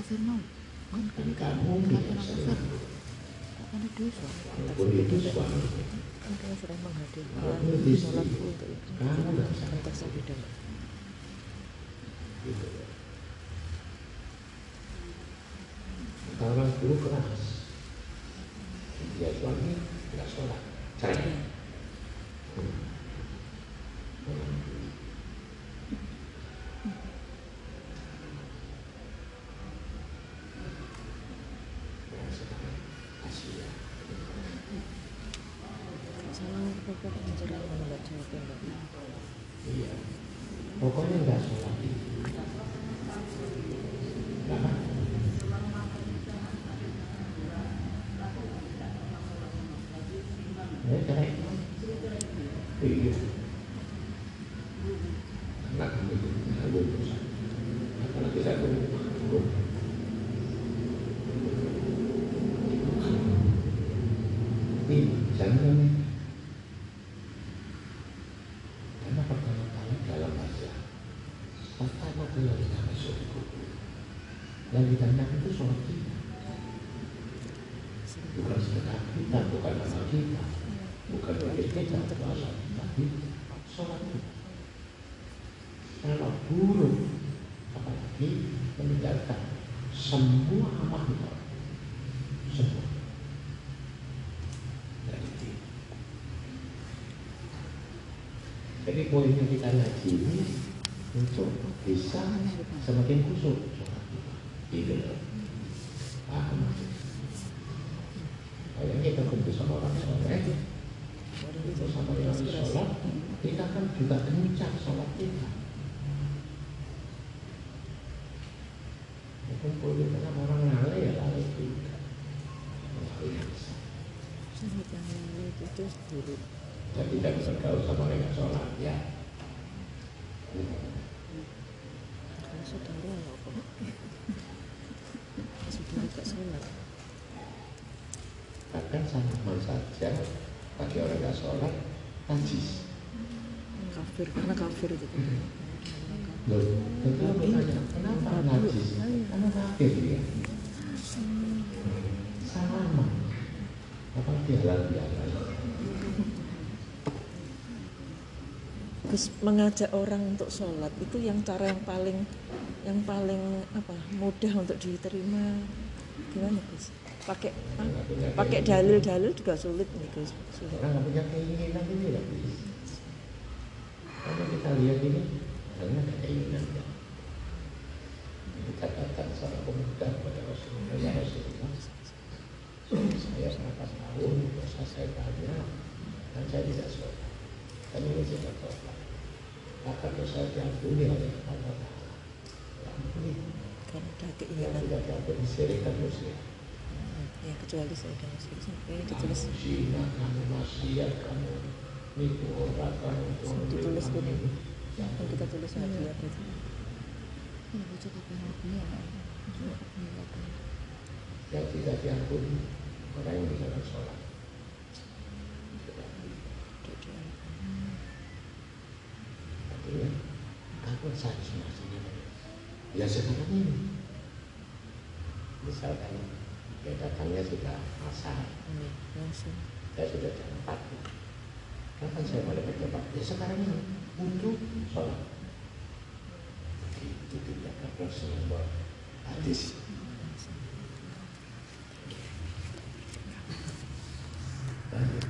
kafir mau kan Dan kamu tidak senang. kan dosa Walaupun itu suami. kan kamu sudah menghadirkan Walaupun itu istri. sholatku untuk itu Kamu tidak entah senang. saya tidak Gitu. Kalau orang dulu keras. Dia suami tidak sholat. Cerai. salah pokok mencerai menolak jawab enggak Iya. Pokoknya nggak sholat itu. Kenapa? Ya, cerai. Iya. Karena kamu itu menanggung dosa. Apalagi saya menanggung. Tapi jangan. Karena pertama-tama dalam bahasa pertama kali kita masuk di kubur yang ditanyakan itu sholat kita, bukan sedekah kita, bukan amal kita, bukan pikir kita, puasa kita, sholat kita. Kalau buruk, apalagi meninggalkan semua amal kita, semua dari itu. Jadi poinnya kita ngaji ini untuk bisa semakin khusyuk sholat kita. Itu loh. Paham maksudnya? Kalau kita kumpul sama orang soleh, kumpul sama yang sholat, kita kan juga kencang sholat kita. Kumpul kita sama orang lalai ya lalai juga. Lalai yang besar. sahid yang lalu itu dulu Dan tidak bisa bergaul sama orang yang sholat ya. kalau saudara apa saudara gak sholat Bahkan sama saja bagi orang yang sholat najis. kafir karena kafir itu Loh, kenapa tanya? Kenapa najis? Karena kafir dia. Sama. Apa dia halal bihalal? Terus mengajak orang untuk sholat itu yang cara yang paling apa mudah untuk diterima gimana Gus? Pakai dalil-dalil juga sulit nih Gus. Sulit. Orang nggak punya keinginan ini nggak bisa. Kalau kita lihat ini, karena ada keinginan ya. Kita datang seorang pemuda kepada Rasulullah, ya Rasulullah, saya 8 tahun, dosa saya banyak, dan saya tidak sholat. Dan ini tidak sholat. Maka dosa diampuni oleh Allah Ta'ala. Ampuni. Karena ada Yang keinginan tidak diampuni syirik dan musyrik. ya kecuali saya dan muslim sampai ditulis Kamu zina, kamu maksiat, kamu nipu orang, kamu ditulis kamu gini. ini. Yang kita tulis hadiah itu. Yang tidak diampuni orang yang tidak sholat. Artinya, kapan saja semestinya ya sekarang ini. Misalkan ya datangnya sudah asar, Langsung. saya sudah jam 4. Kapan saya mulai berjamaah? Ya sekarang ini untuk sholat. Itu tidak ada semua hadis. Lanjut.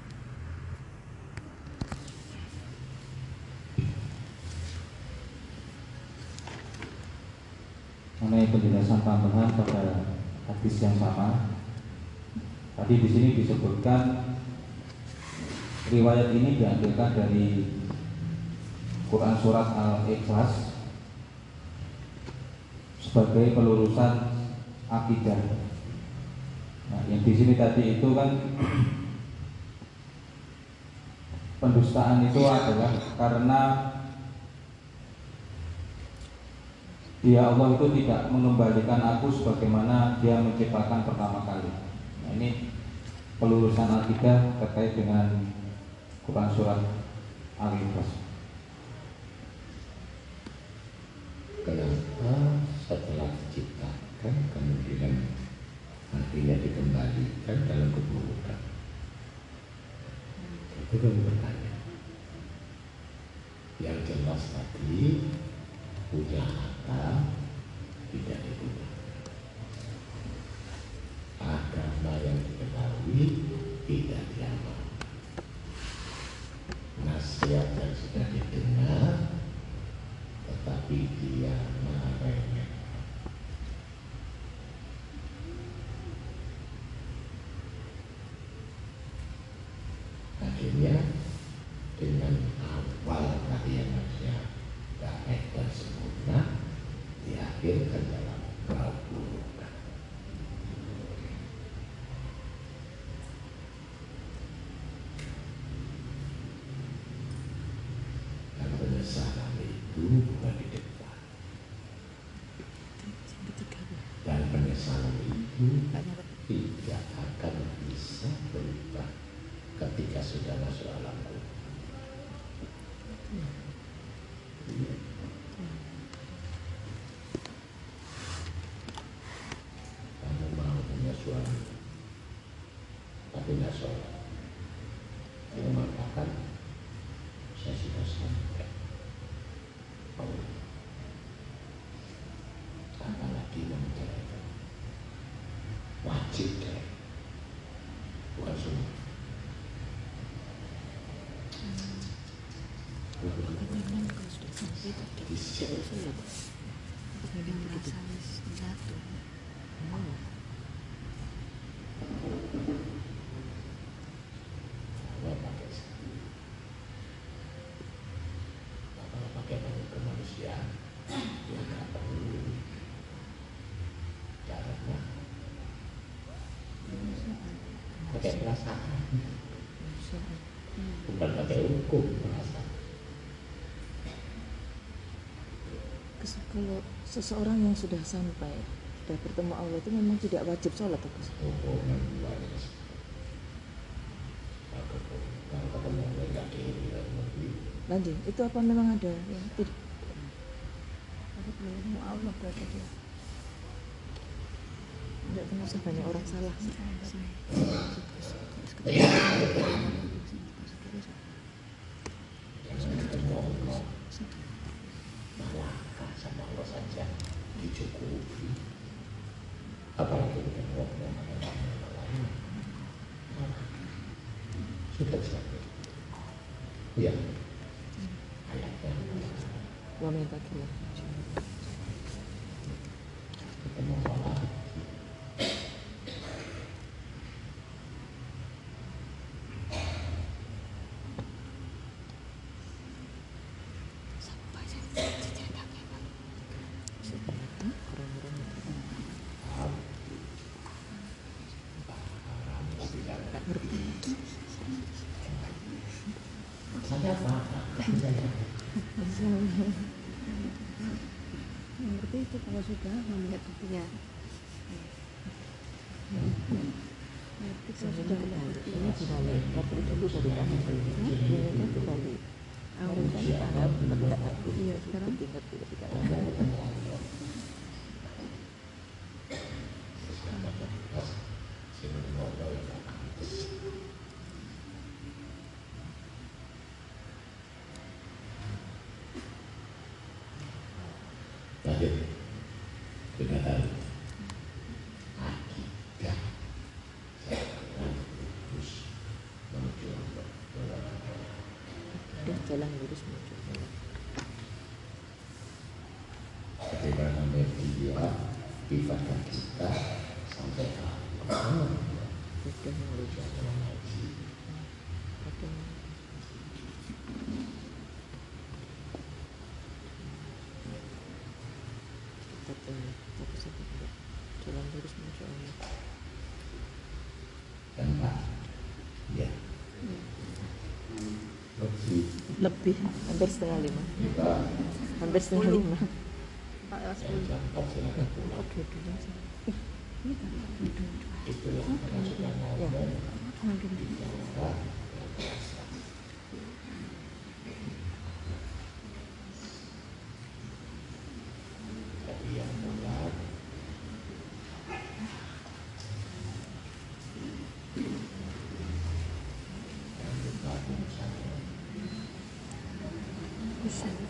Mengenai penjelasan tambahan pada hadis yang sama, tadi di sini disebutkan riwayat ini diambilkan dari Quran surat Al-Ikhlas sebagai pelurusan akidah. Nah, yang di sini tadi itu kan pendustaan itu adalah karena Dia Allah itu tidak mengembalikan aku sebagaimana Dia menciptakan pertama kali. Nah, ini pelurusan akidah terkait dengan Quran surat Al-Ikhlas. Kenapa setelah dicipta kan kemungkinan hatinya dikembalikan dalam keburukan. Itu kamu bertanya. Yang jelas tadi punya akal tidak digunakan. Agama yang diketahui tidak diamal. Nasihat yang sudah didengar tetapi dia meremehkan. Akhirnya dengan awal tadi yang harusnya baik dan sempurna diakhirkan dalam keburukan. Dan penyesalan itu bukan di depan. Dan penyesalan itu tidak akan bisa berubah ketika sudah masuk alam kubur. Kamu mau punya suami tapi nggak sholat, dia mengatakan saya sudah sampai. Allah, apalagi menceraikan, wajib cerai, bukan sunnah. Kalau pakai kemanusiaan, ya nggak perlu caranya pakai perasaan, bukan pakai hukum perasaan. Kalau seseorang yang sudah sampai sudah bertemu Allah itu memang tidak wajib sholat, Gus. Hubungan banyak. Kalau ketemu nggak kiri, Lanjut, itu apa memang ada yang tidak? Aku belum ketemu Allah berarti dia. Tidak terasa banyak orang salah. malakah sama Allah saja dicukupi, apalagi kita ngomong sama lain. Sudah sampai. Ya, ayatnya. Wa min takillah. Ketemu Allah. Saya paham. Mengerti itu kalau sudah melihat buktinya. Mengerti kalau sudah melihat buktinya. Waktu itu baru paham. Ini kembali. Awal tadi paham, tapi tidak aku. Iya, sekarang Tingkat ketika Lanjut. Sudah tahu. Akidah terus menuju Allah. udah jalan lurus menuju Allah. Bagaimana media ibadah kita sampai ke Allah. Udah lurus. Mengaji. Kadang tapi satu enggak jalan lurus menuju Allah. Dan Pak, ya, Lebih hampir setengah 5. kita Hampir setengah 5. jam 4 silakan pulang. Oke, dulu. Itulah karena sudah Ya. ngomong bicara. Tapi yang bulat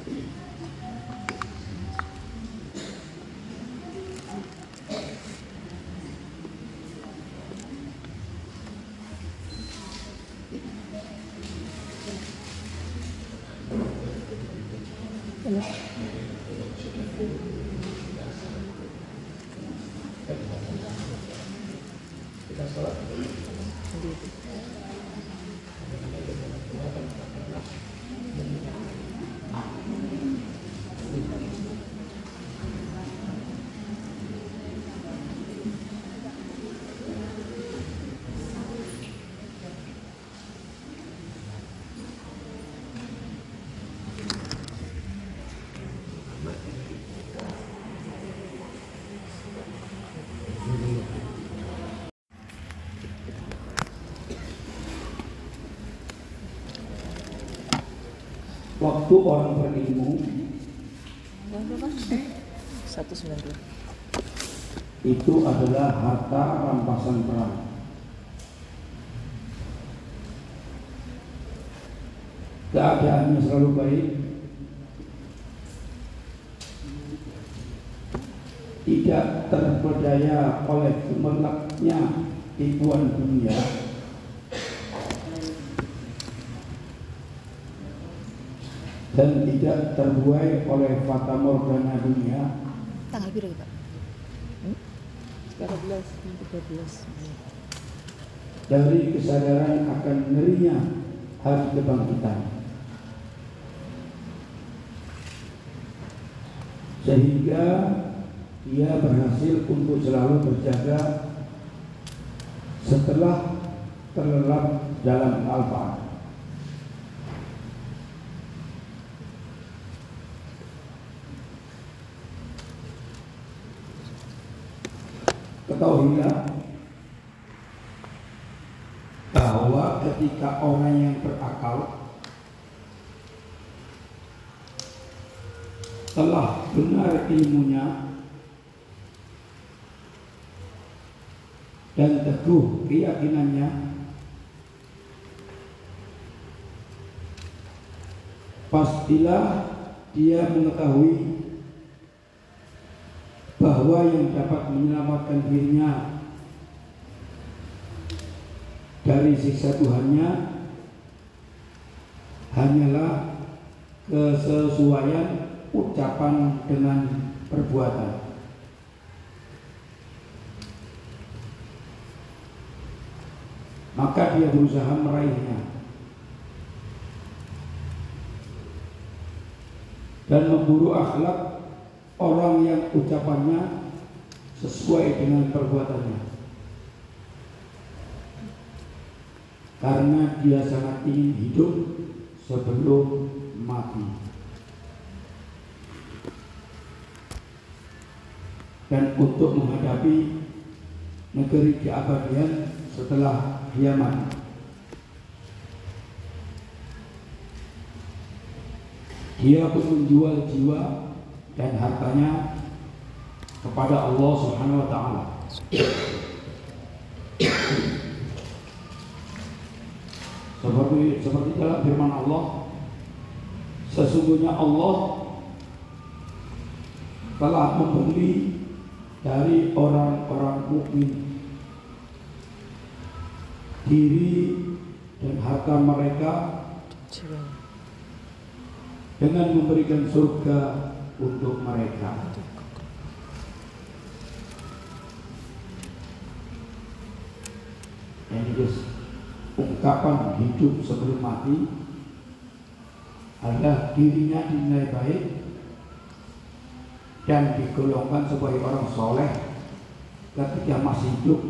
Kita sholat dulu. Waktu orang berilmu 192. itu adalah harta rampasan perang. Keadaannya selalu baik, tidak terpedaya oleh gemerlapnya tipuan dunia, dan tidak terbuai oleh fata morgana dunia. Tanggal berapa, Pak? 13. Dari kesadaran akan ngerinya hari kebangkitan, sehingga ia berhasil untuk selalu berjaga setelah terlelap dalam kealpaan. Ketahuilah bahwa ketika orang yang berakal telah benar ilmunya dan teguh keyakinannya, pastilah dia mengetahui bahwa yang dapat menyelamatkan dirinya dari siksa Tuhannya hanyalah kesesuaian ucapan dengan perbuatan. Maka dia berusaha meraihnya dan memburu akhlak orang yang ucapannya sesuai dengan perbuatannya, karena dia sangat ingin hidup sebelum mati. Dan untuk menghadapi negeri keabadian setelah dia mati, dia pun menjual jiwa dan hartanya kepada Allah Subhanahu wa taala. Seperti dalam firman Allah, sesungguhnya Allah telah membeli dari orang-orang mukmin diri dan harta mereka dengan memberikan surga untuk mereka. Ini ungkapan hidup sebelum mati adalah dirinya dinilai baik dan digolongkan sebagai orang soleh ketika masih hidup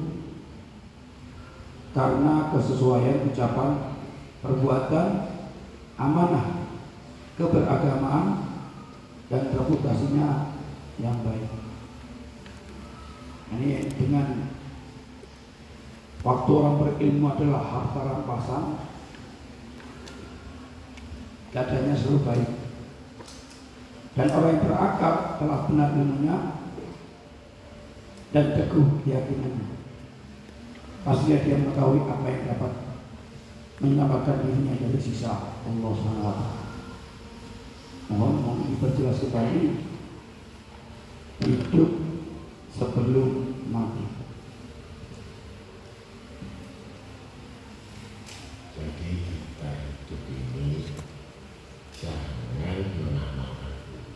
karena kesesuaian ucapan, perbuatan, amanah, keberagamaan, dan reputasinya yang baik. Ini dengan waktu orang berilmu adalah harta rampasan, keadaannya selalu baik. Dan orang yang berakal telah benar ilmunya dan teguh keyakinannya. Pastinya dia mengetahui apa yang dapat menyelamatkan dirinya dari siksa Allah SWT. mohon diperjelas kembali hidup sebelum mati. Jadi kita hidup ini jangan menamakan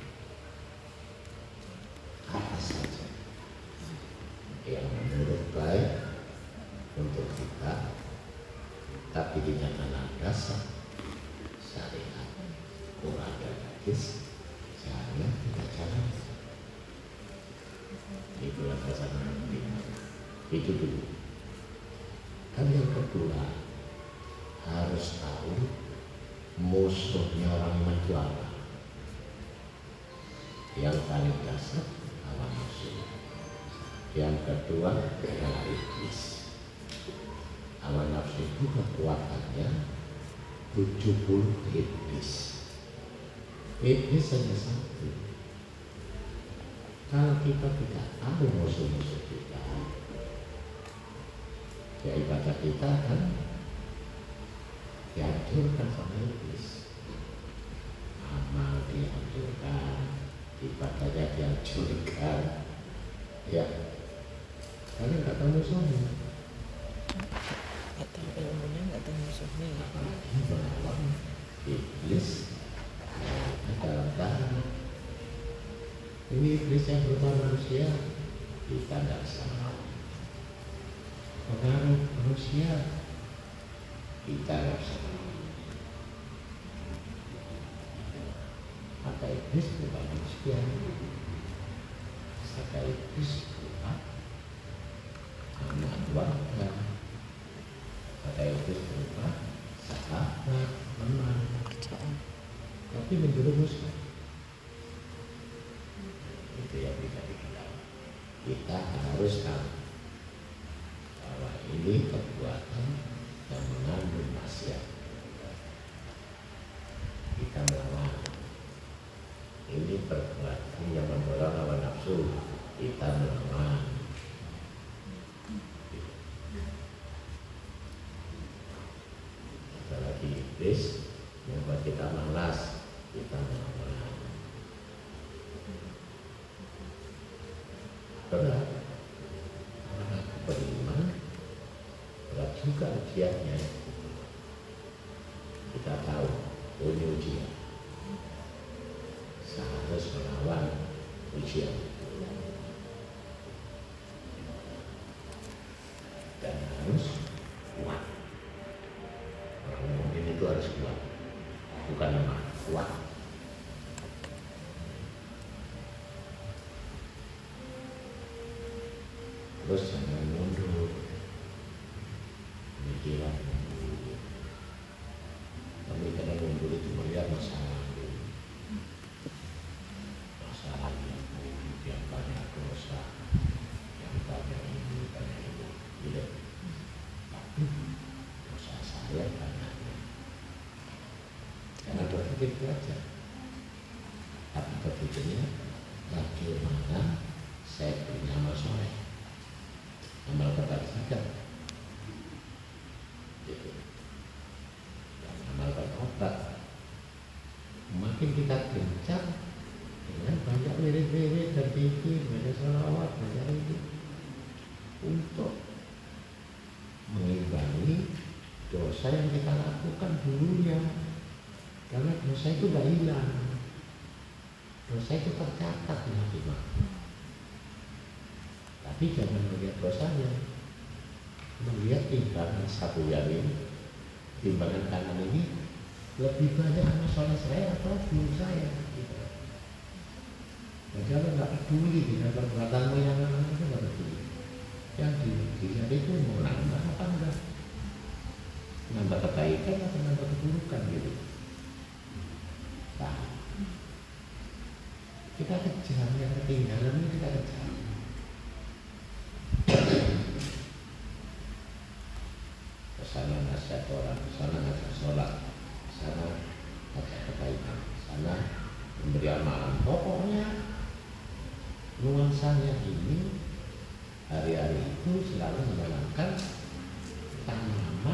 apa saja yang menurut baik untuk kita, tapi dinyatakan dasar syariat Quran dan hadis jangan kita jalankan. Itulah dasar nanti. Itu dulu. Dan yang kedua, harus tahu musuhnya orang iman itu apa. Yang paling dasar hawa nafsu. Yang kedua adalah iblis. Hawa nafsu itu kekuatannya 70 iblis. Iblis hanya satu. Kalau kita tidak tahu musuh-musuh kita, ya ibadah kita akan dihancurkan sama iblis. Amal dihancurkan, ibadahnya dihancurkan. Ya, kalian nggak tahu musuhnya. Nggak tahu ilmunya, nggak tahu musuhnya. Apalagi melawan iblis dalam tanah. Ini iblis yang berupa manusia, kita tidak sama. Pengaruh manusia, kita tidak sama. Maka iblis berupa manusia, maka iblis berupa anak warga, maka iblis berupa sahabat, teman, tapi menjerumuskan. Itu yang bisa dikenal. Kita harus tahu bahwa ini perbuatan yang mengandung maksiat. Kita melawan. Ini perbuatan yang mendorong hawa nafsu. Kita melawan. Apalagi iblis yang buat kita malas, kita melawan. Berat, orang beriman, berat juga ujiannya. Kita tahu, ini ujian. Saya harus melawan ujian. Dan harus kuat. Orang mukmin itu harus kuat, bukan lemah, kuat. Terus jangan mundur, pemikiran mundur. Pemikiran mundur itu melihat masalah yang banyak dosa, yang banyak ini, banyak itu. Tidak. Tapi dosa saya banyaknya. Jangan berpikir itu aja. Tapi berpikirnya bagaimana saya punya amal soleh. Amal kebaikan gitu. Dan amal berobat. Makin kita gencar dengan banyak wirid-wirid dan zikir, banyak sholawat, banyak itu untuk mengimbangi dosa yang kita lakukan dulunya. Karena dosa itu tidak hilang, dosa itu tercatat di hati. Tapi jangan melihat dosanya, melihat timbangan satu yamin, timbangan kanan ini lebih banyak amal soleh saya atau belum saya. Gitu. Nah, kalau nggak peduli dengan perbuatanmu yang mana itu nggak peduli. Yang dilihat itu mau nambah apa enggak? Nambah kebaikan atau nambah keburukan gitu. Nah, kita kejar yang ketinggalan ini kita kejar. Kesana nasihat orang, kesana ngajak sholat, kesana ngajak kebaikan, kesana memberi amalan. Pokoknya nuansanya ini hari-hari itu selalu menanamkan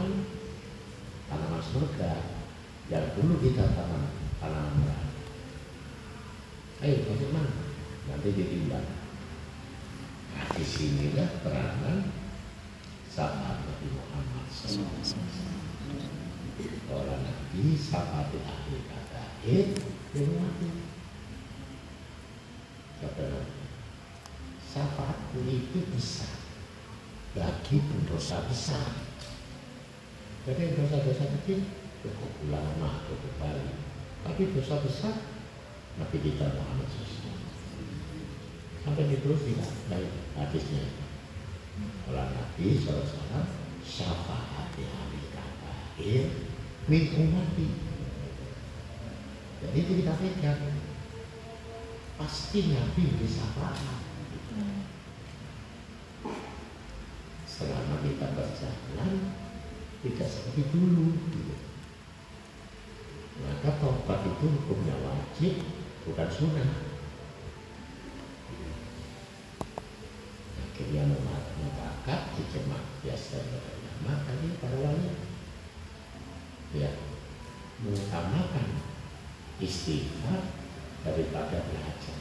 tanaman surga yang dulu kita tanam tanaman neraka. Ayo bagaimana? Nanti ditimbang. Nah, di sinilah peranan sahabat Nabi Muhammad SAW. Orang Nabi sahabat ahli kata Nabi. Syafaatku itu besar bagi pendosa besar. Jadi dosa-dosa kecil cukup ulama, cukup balik. Tapi dosa besar Nabi kita Muhammad SAW sampai ditulis tidak baik hadisnya. Orang Nabi SAW syafaat ahli kabair min ummati. Jadi itu kita pegang. Pasti Nabi bisa paham. Selama kita berjalan tidak seperti dulu. Maka taubat itu hukumnya wajib, bukan sunnah. Akhirnya mufakat ijma biasa ulama tadi para wali ya mengutamakan istighfar daripada belajar.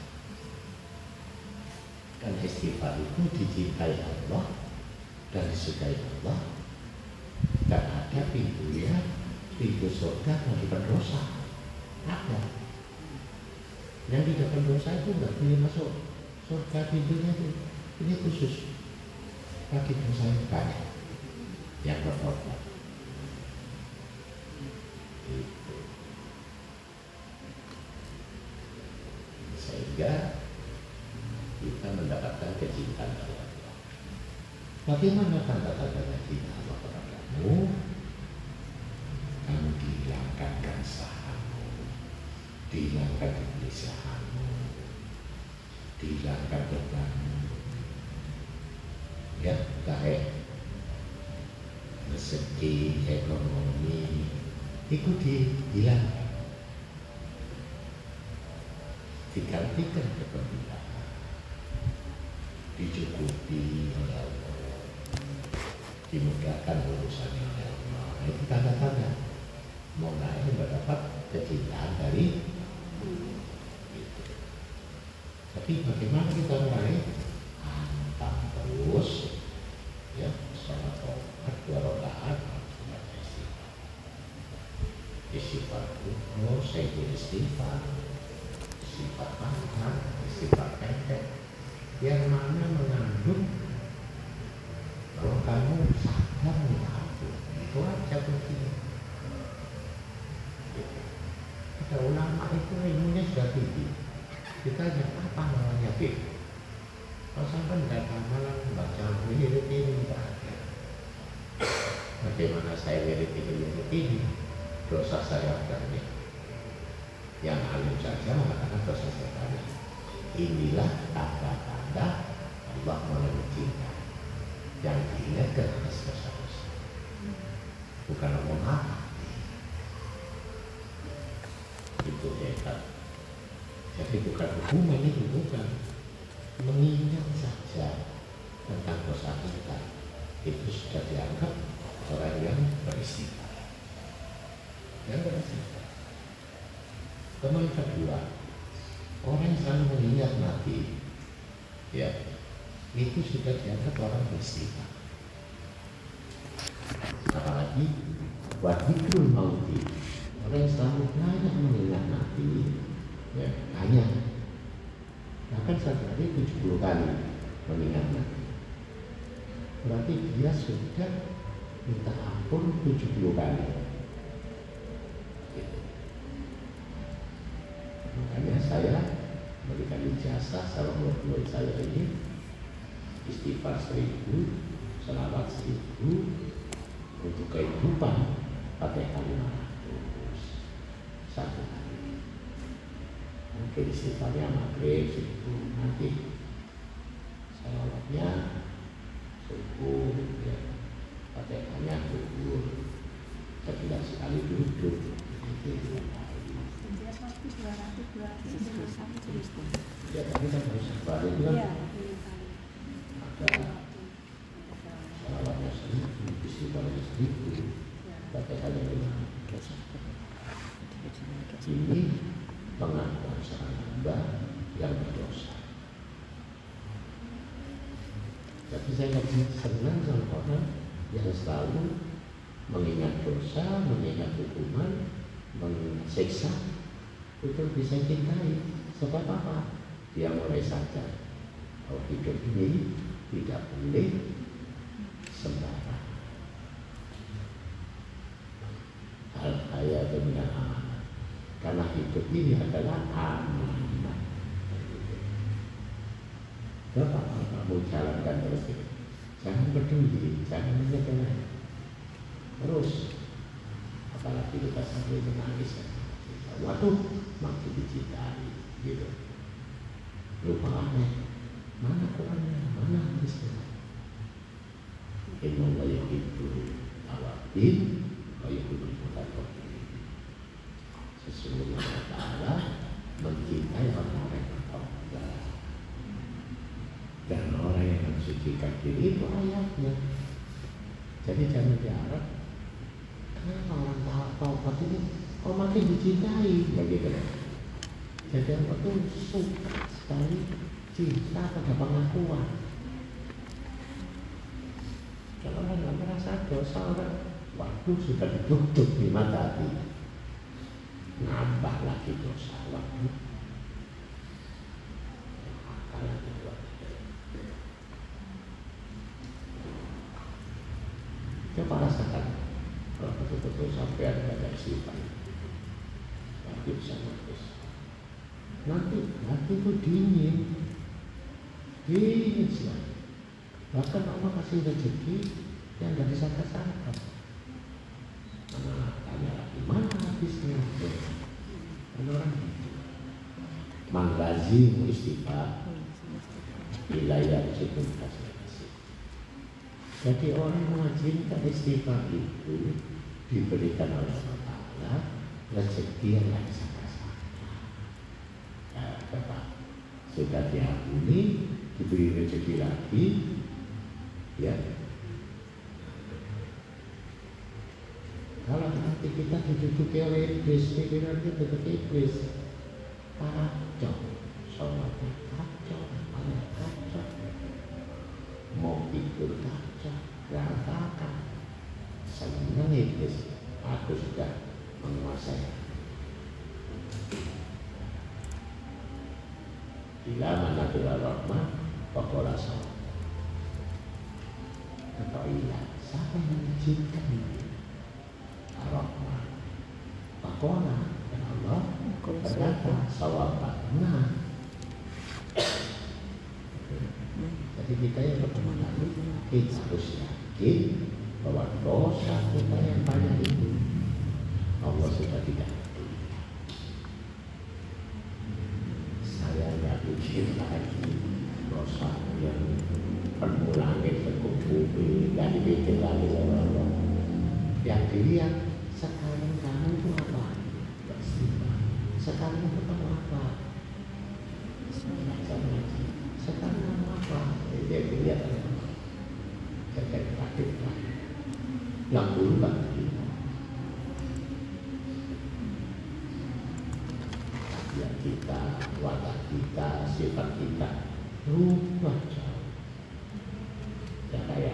Karena istighfar itu dicintai Allah dan disukai Allah, dan ada pintunya, pintu surga bagi pendosa. Ada yang tidak pendosa itu nggak boleh masuk surga, pintunya itu ini khusus bagi dosa yang banyak yang bertobat. Sehingga kita mendapatkan kecintaan Allah. Bagaimana tanda-tanda cinta Allah kepadamu? Kamu dihilangkan keresahanmu, dihilangkan kegelisahanmu, dihilangkan bebanmu. Ya, baik rezeki, ekonomi itu dihilangkan, digantikan kegembiraan, dicukupi oleh Allah, dimudahkan urusannya oleh Allah. Itu tanda-tanda mulai mendapat kecintaan dari itu. Tapi bagaimana kita mulai? Antang terus ya, sholat tobat 2 rakaat, istighfar itu saya istighfar panjang, istighfar pendek yang mana mengandung kalau kamu sadar mengaku itu aja begini. Ada ulama itu ilmunya sudah tinggi. Kita hanya apa namanya tinggi. Kalau sampai datang malam baca wirid ini tidak ada. Bagaimana saya wirid ini? Dosa saya banyak. Yang alim saja mengatakan dosa saya banyak. Inilah tanda-tanda Allah mulai mencinta. Yang diingatkan atas dosa-dosa, bukan ngomong apa. Itu hebat. Jadi bukan hukuman, itu bukan mengingat saja tentang dosa kita, itu sudah dianggap orang yang beristighfar. Yang beristighfar. Kemudian kedua, orang yang selalu mengingat mati, ya, itu sudah dianggap orang beristighfar. Apalagi wadikrul mauti, orang yang selalu banyak mengingat mati, ya, banyak. Bahkan sehari 70 kali mengingat mati. Berarti dia sudah minta ampun 70 kali. Makanya saya memberikan ijazah sama murid saya ini istighfar 1000, selawat 1000 untuk kehidupan pakai 500 satu hari. Mungkin istighfarnya maghrib 1000, nanti selawatnya subuh, ya, pakai hanya zuhur, tidak sekali duduk. Ya, tapi kan harus balik kan. Ada salawatnya 1000, istighfarnya 1000, pakai hanya 500. Ini pengakuan seorang hamba yang berdosa. Tapi saya lebih senang sama orang yang selalu mengingat dosa, mengingat hukuman, mensiksa, itu bisa cintai. Sebab apa? Dia mulai sadar bahwa hidup ini tidak boleh sembarang. Al-hayatu minal amanah. Karena hidup ini adalah amanah. Bapak, kamu jalankan terus ini. Jangan peduli, jangan menyedihkan. Terus, apalagi kita sambil menangis. Waduh, makin dicintai, gitu. Lupa aneh. Mana Qurannya? Mana hadisnya? Inna Allah yuhibbu tawabin wa yuhibbu mutatawabin. Sesungguhnya Allah Ta'ala mencintai orang-orang yang bertaubat. Dan orang yang mensucikan diri itu ayatnya. Jadi jangan diharap kenapa orang taubat ini kok makin dicintai, begitu. Jadi apa tuh suka sekali cinta pada pengakuan. Kalau orang nggak merasa dosa, orang waktu sudah ditutup di mata hati, nambah lagi dosa waktu. Coba rasakan kalau betul-betul sampai ada istighfar, nanti bisa nangis. Nanti itu dingin sekali. Bahkan Allah kasih rezeki yang nggak disangka-sangka. Tanya lagi, mana habisnya? Ada orang itu manglazi istighfar wilayah itu kasih. Jadi orang yang mengajarkan istighfar itu diberikan oleh Allah Ta'ala rezeki yang nggak disangka-sangka. Bapak sudah diampuni, diberi rezeki lagi, ya. Kalau nanti kita diduduki oleh iblis, pikiran kita diduduki iblis, kacau, sholatnya kacau, amalnya kacau, mau tidur kacau, berantakan. Senang iblis, aku sudah menguasai. Bila mana bila rahmah, pakola sholat. Atau ilah, siapa yang mencintai rahmah? Pakola, dan Allah berkata sawabat. Nah, jadi kita yang pertama kali kita harus yakin bahwa dosa kita yang banyak itu Allah sudah tidak. Saya nggak pikir lagi dosa yang penuh langit berkumpul, nggak dipikir lagi sama Allah. Yang dilihat sekarang kamu itu apa? Sekarang itu kamu apa? Sekarang kamu apa? Dia dilihat terkait praktik yang dulu kan ya kita, watak kita, sifat kita rubah jauh. Ya kayak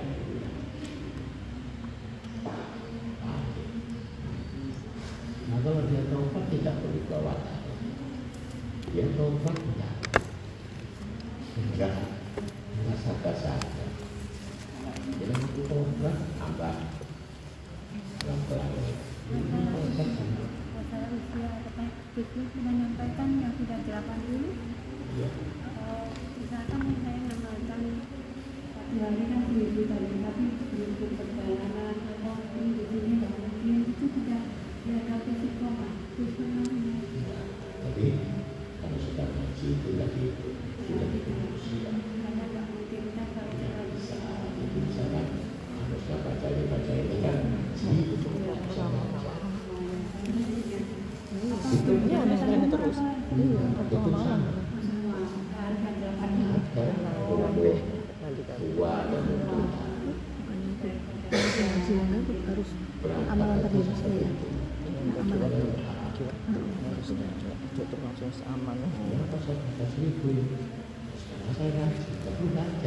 nah kalau dia taubat tidak perlu bawa watak. Dia taubat enggak sadar. Jadi itu taubat tambah pelan-pelan. Saya usia Bisnis sudah menyampaikan yang sudah 80. Iya. Misalkan saya mengamalkan 1 hari kan 1000 kali, tapi untuk perjalanan atau di sini nggak mungkin, itu sudah dianggap istiqomah. Itu namanya. Jadi kalau sudah ngaji itu sudah usia. Karena nggak mungkin kan kalau kita Bisa itu misalkan harusnya baca ini kan ngaji itu Sistemnya online terus. Iya, itu sama. Tua dan Harus amalan tadi maksudnya. Amalan Itu termasuk seamanah. Kenapa saya baca 1000 ini? Sekarang saya ngaji, tapi baca.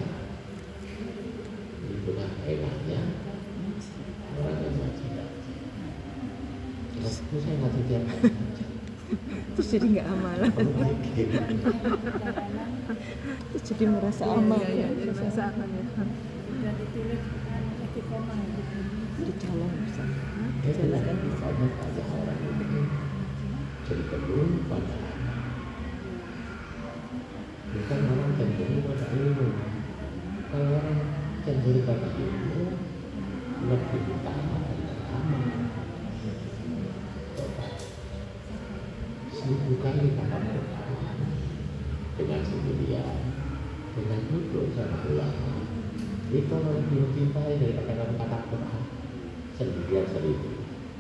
Itu kan enaknya orang yang ngaji. Terus saya ngaji tiap hari. Terus jadi nggak amalan. Terus jadi merasa aman. Iya, jadi merasa aman ya. Dan ditulis istiqomah Di jalan bisa. Dia tidak akan banyak aja orang ini jadi kedua pada bukan orang cenderung pada ilmu. Kalau orang cenderung pada ilmu lebih utama dan aman. Coba 1000 kali kata Quran dengan sendirian, dengan duduk sama ulama itu lebih mencintai daripada kata Quran sendirian 1000.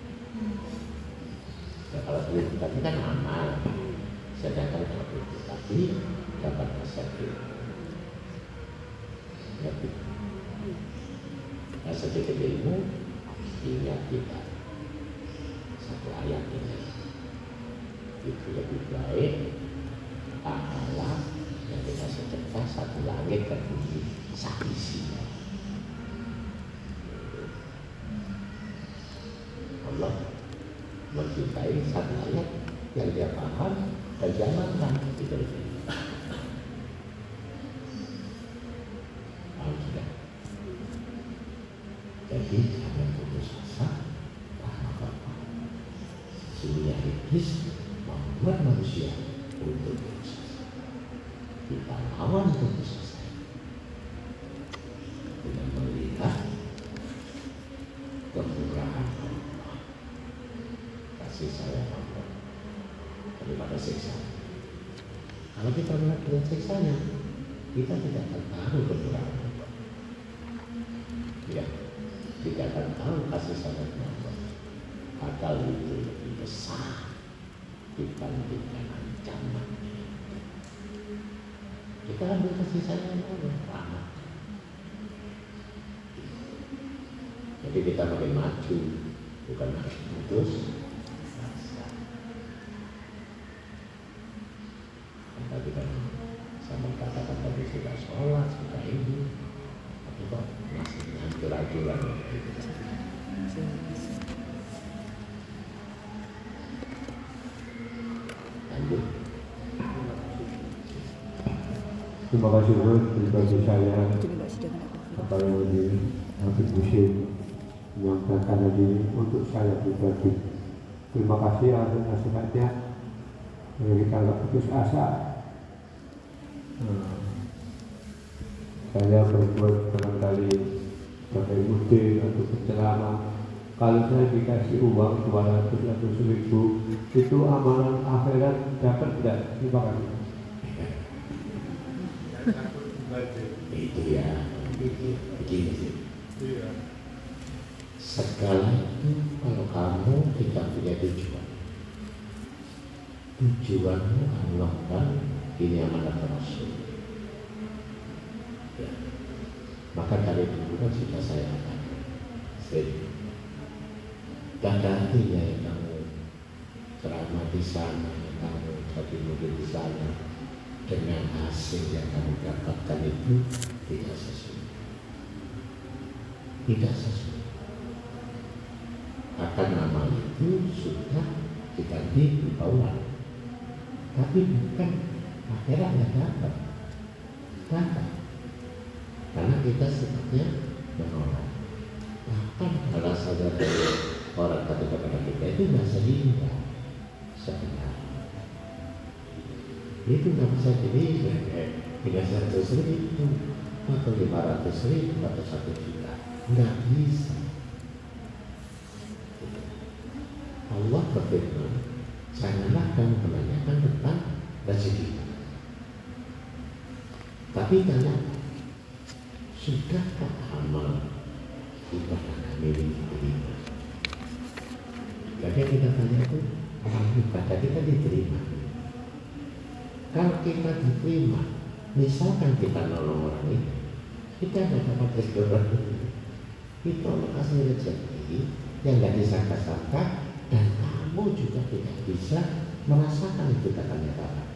Ya, kalau 1000 tadi kan amal, sedangkan kalau 1000 tadi dapat masyarakat lebih. Nah, sedikit ilmu ingat kita satu ayat ini itu lebih baik pahala yang kita sedekah satu langit dan bumi seisinya. Allah mencintai satu ayat yang dia paham dan dia amalkan itu lebih. Paham sudah? Jadi jangan putus asa. Apa-apa sesungguhnya iblis membuat manusia untuk putus asa. Kita lawan putus asa dengan melihat kemurahan Allah, kasih sayang Allah daripada siksa. Kalau kita melihat dengan siksanya, kita tidak akan tahu kemurahan Allah. Ya, tidak akan tahu kasih sayang Allah. Padahal itu lebih besar dibandingkan ancaman. Kita ambil kasih sayang Allah, rahmat. Jadi kita makin maju, bukan harus putus asa. Tadi kan sama katakan tadi sudah sholat, sudah ini, tapi kok masih hancur-hancuran. Lanjut. Terima kasih bagi saya apa yang Habib Husin menyampaikan tadi untuk saya pribadi. Terima kasih atas nasihatnya. Kita nggak putus asa. Saya berbuat barangkali sebagai mudik atau berceramah. Kalau saya dikasih uang 200 atau 1000, itu amalan akhirat dapat tidak? Terima kasih. Itu ya, begini sih. Segala itu kalau kamu tidak punya tujuanmu Allah kan ini amanat Rasul. Ya. Maka dari dulu kan sudah saya katakan, dan artinya yang kamu ceramah di sana, kamu jadi murid di sana, dengan hasil yang kamu dapatkan itu tidak sesuai. Tidak sesuai. Akan nama itu sudah diganti di bawah. Tapi bukan akhirat yang dapat. Dapat. Karena kita sifatnya menolak. Bahkan kalau saja dari orang kata kepada kita itu nggak sehingga sebenarnya. Itu nggak bisa jadi 300.000 atau 500.000 atau 1 juta, nggak bisa. Allah berfirman, janganlah kamu menanyakan tentang rezeki. Tapi tanya, sudahkah amal ibadah kami diterima? Jadi kita tanya itu, amal ibadah kita diterima. Kalau kita diterima, misalkan kita nolong orang ini, kita tidak dapat rezeki orang ini. Itu Allah kasih rezeki yang nggak disangka-sangka dan kamu kamu juga tidak bisa merasakan itu katanya Bapak.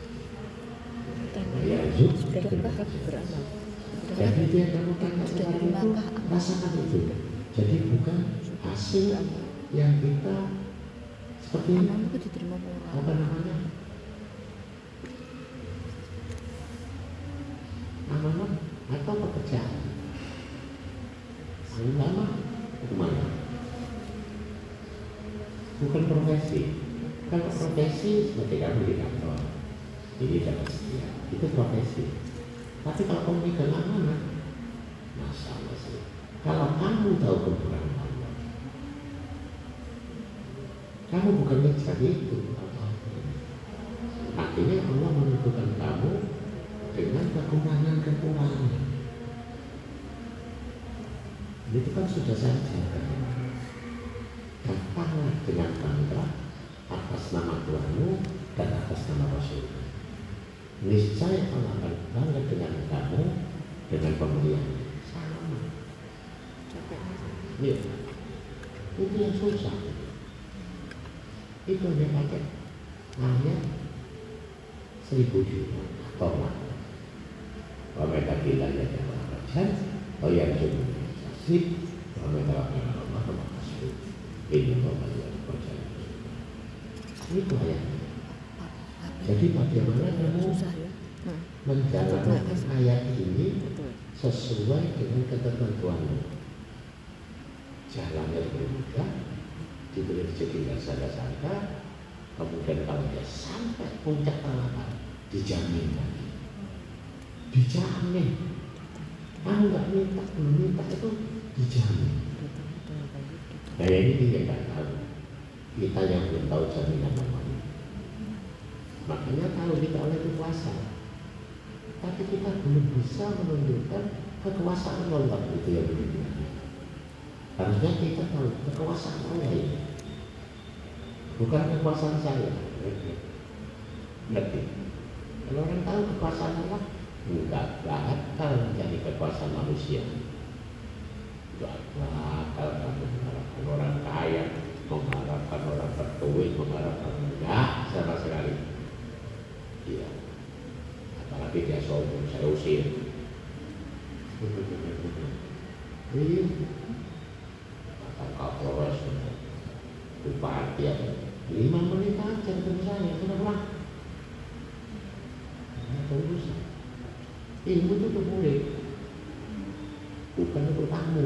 Ya, sudah beramal. jadi dia kamu tanya seperti itu, rasakan itu. Jadi bukan hasil yang kita seperti apa namanya, amanah atau pekerjaan. Lama kemana? Bukan profesi. Kalau profesi seperti kamu di kantor, ini dapat sekian, itu profesi. Tapi kalau kamu megang amanah, masalah sih. Kalau kamu tahu kekurangan Allah, kamu bukan mencari itu. Akhirnya Allah menentukan kamu dengan kekurangan-kekurangan. Itu kan sudah saja. Datanglah dengan bangga atas nama Tuhanmu dan atas nama Rasul. Niscaya Allah akan bangga dengan kamu dengan pemberian sama. Ya, itu yang susah. Itu hanya pakai ayat 1000 dinar tolak. Mereka bilang ya jangan. Oh ya jangan. Mereka ini itu ayat. Jadi bagaimana kamu menjalankan ayat ini sesuai dengan ketentuanmu? Jalannya bermudah, diberi rezeki nggak sangka-sangka, kemudian kalau dia sampai puncak tawaran, dijamin lagi, dijamin. Kalau nggak minta, belum minta itu dijamin. Nah ini dia nggak tahu. Kita yang belum tahu jaminan namanya. Makanya tahu kita oleh kekuasaan, tapi kita belum bisa menunjukkan kekuasaan Allah itu yang benar. Harusnya kita tahu kekuasaan Allah ini, bukan kekuasaan saya. Ngerti? Kalau orang tahu kekuasaan Allah, enggak bakal menjadi kekuasaan manusia. Enggak bakal kamu mengharapkan orang kaya, mengharapkan orang berduit, mengharapkan enggak sama sekali. Iya. Apalagi dia sombong, saya usir. Iya. Kata Kapolres, bupati ya, 5 menit aja ketemu saya, sudah pulang. Urusan ilmu itu untuk murid, bukan untuk kamu.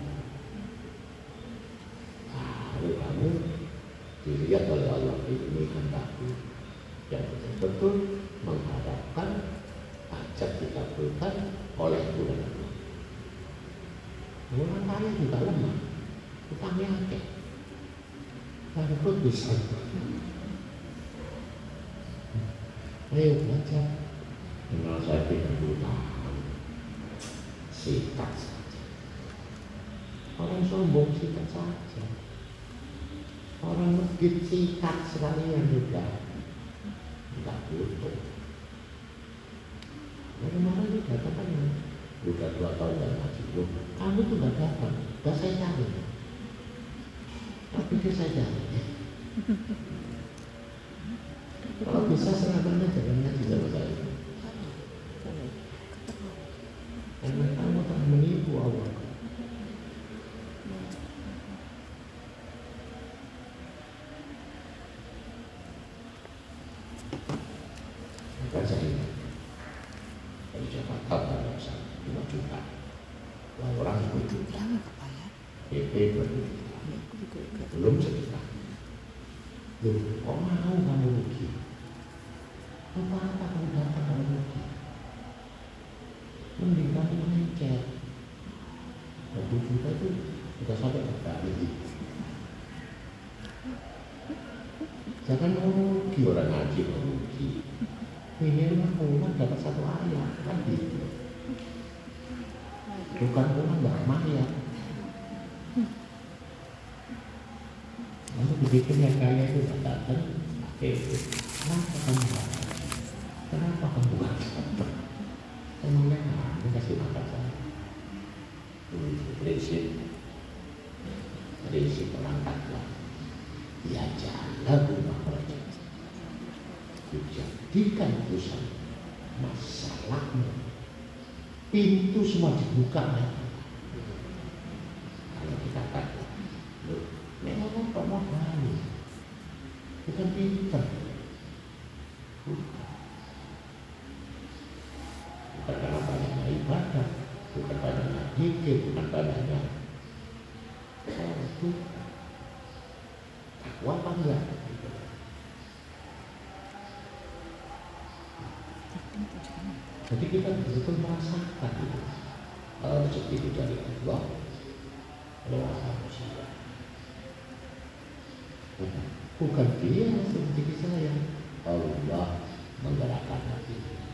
Kalau kamu dilihat oleh Allah, ini handakku yang betul-betul mengharapkan ajak dikabulkan oleh Tuhan Allah. Orang kaya juga lemah, utangnya akeh, harus bisa. Ayo belajar. Kenal saya tidak buta, sikat saja. Orang sombong sikat saja. Orang masjid sikat sekalian juga, tidak butuh. Kemarin itu datang kan, udah 2 tahun dan ngaji. Kamu tuh nggak datang, nggak saya cari. Tapi saya cari. Kalau bisa selama jangan ngaji sama saya. Karena kamu tak menipu Allah. Maka saya ingat dari Jakarta pada saat 5 juta, orang 10 juta, PP 2 juta, belum sejuta. Loh, kok mau kamu rugi? Apa kamu dapat kamu rugi? Mending kamu mencet. 20 juta itu sudah sampai berkali. Jangan mau rugi, orang ngaji mau rugi. Minimal pulang dapat 1 ayat kan gitu. Bukan pulang nggak mayat. Lalu dibikin yang kaya itu datang. Kenapa kamu nggak? Kenapa kamu nggak? Emangnya kamu kasih makan saya? Prinsip perangkat lah. Ya jangan. lahu makhraja. Dijadikan urusan masalahmu, pintu semua dibuka. Kalau kita kata, memang kok mau balik, bukan pinter, bukan karena banyaknya ibadah, bukan banyaknya zikir, bukan banyaknya itu takwa apa enggak? Jadi kita betul merasakan itu. Kalau rezeki itu dari Allah, lewat manusia. Bukan dia yang rezeki saya, Allah menggerakkan hati.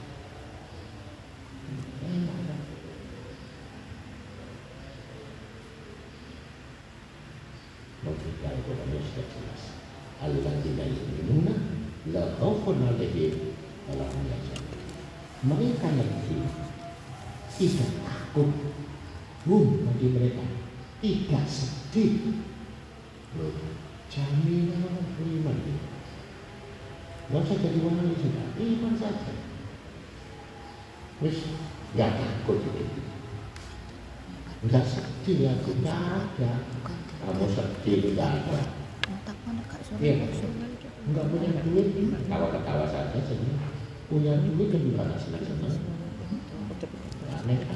Mungkin Al-Quran sudah jelas. Alladzina yu'minuna la khaufun 'alaihim wa la hum yahzanun. Mereka yang tidak takut, bagi mereka tidak sedih. Loh, jaminan orang beriman itu. Gak usah jadi wali sudah, iman saja. Wis gak takut itu. Gak sedih aku, gak ada. Kamu sedih gak ada. Iya, enggak punya duit, ketawa-ketawa saja sebenarnya. Punya duit kan juga gak senang-senang. Aneh kan?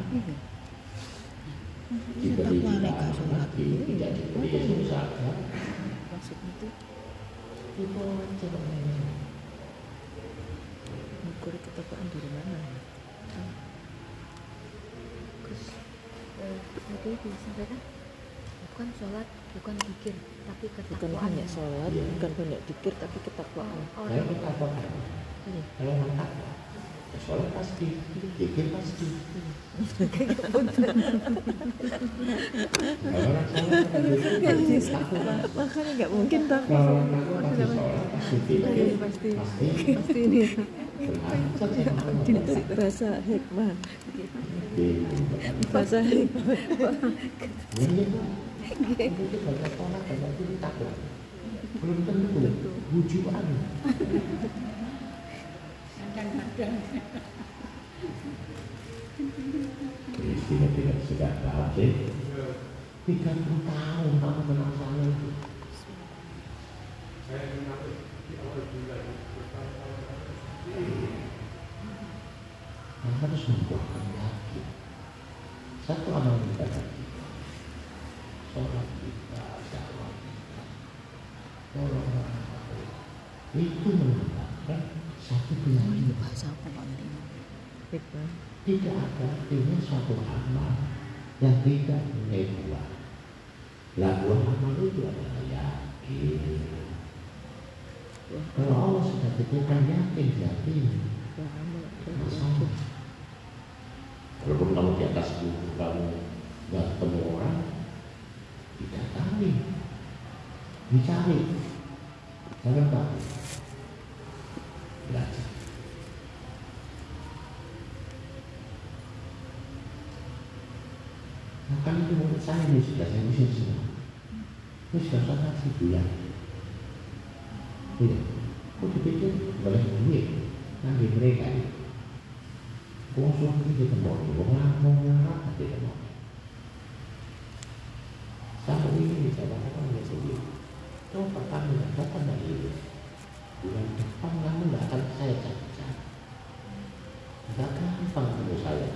Diberi tidak lagi, tidak diberi susah. Itu aja. Mengukur ketepaan dari mana? Tadi disampaikan bukan sholat, bukan zikir, tapi ketakwaan. Bukan hanya sholat, bukan banyak zikir, tapi ketakwaan. Saya ketakwaan. Kalau mantap, sholat pasti, zikir pasti. Kalau orang sholat Makanya nggak mungkin tak. kalau pasti sholat, pasti zikir, pasti ini berhajat. itu rasa hikmah. Rasa hikmah. Mungkin banyak sholat, banyak itu takut. Belum tentu wujudan. Istilah tidak sudah habis 30 tahun kamu menang saya itu. Harus membuahkan yakin. Satu amal ibadah kita, sholat kita, dakwah kita, tolong itu menambahkan satu keyakinan. Tidak ada artinya suatu amal yang tidak nilai buah. Lah buah amal itu adalah yakin. Kalau Allah sudah tentukan yakin, masalah. Walaupun kamu di atas buku kamu nggak ketemu orang, didatangi, dicari, jangan takut, belajar. Nah, kan itu menurut saya ini sudah saya usia semua. Ini sudah saya kasih bulan. Iya, kok dipikir boleh duit nanti mereka ini. Kosong itu ketemu, mau ngarap nanti ketemu. Sampai ini dikatakan oleh sendiri. Coba kamu katakan dari itu. Bulan depan kamu nggak akan saya cari-cari. Nggak gampang ketemu saya.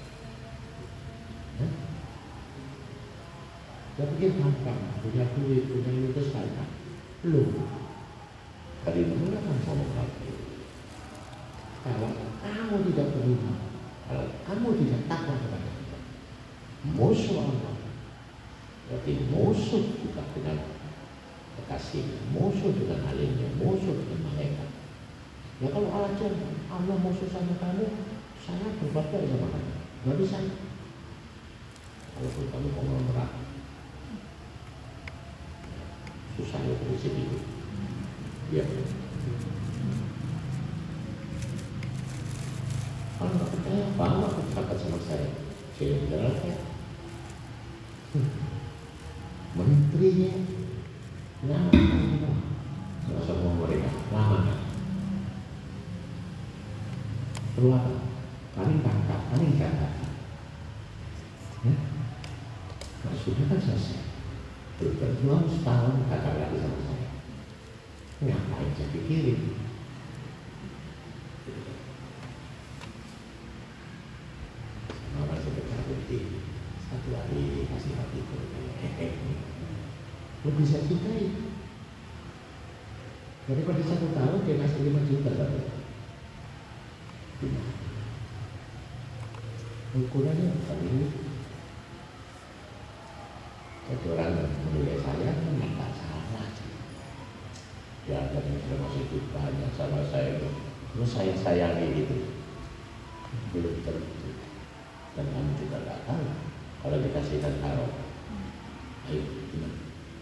Saya pikir gampang, punya duit, punya itu sekarang. Belum. Dari mana kan ngomong lagi? Kalau kamu tidak beriman, kalau kamu tidak takut kepada Allah, musuh Allah, berarti musuh juga dengan kekasihnya, musuh dengan alimnya, musuh dengan malaikat. Ya kalau Allah musuh sama kamu, saya berbuat baik sama kamu, nggak bisa. Walaupun kamu konglomerat, susahnya prinsip itu. Ya. Kalau nggak percaya, bawa kata sama saya. Jenderal ya. Menterinya, nah, sama Perlu apa? Paling pangkat, paling jabatan. Ya? Nah, sudah kan selesai. Berjuang setahun kata lagi sama saya. Ngapain saya pikirin? Orang sebesar putih satu hari kasih hati itu lebih saya cintai daripada 1 tahun dia kasih 5 juta tapi ukurannya bukan ini. Jadi orang menilai saya tak salah. Ya ada yang sudah masih banyak sama saya itu, terus saya sayangi itu belum tentu. Dan kamu juga nggak tahu kalau dikasihkan taruh. Ayo gimana?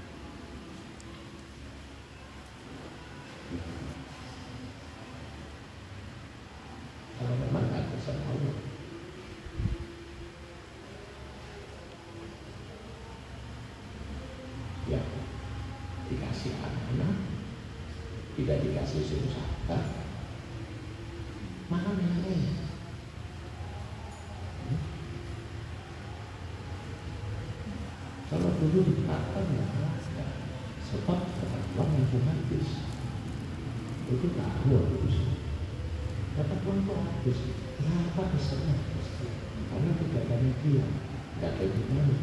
Kalau memang aku sama Allah, ya dikasih anak, tidak dikasih susah, mana yang kalau dulu dikatakan ya ada sebab uang yang habis itu tahu habis dapat uang itu habis kenapa bisa habis karena tidak ada media tidak ada gimana.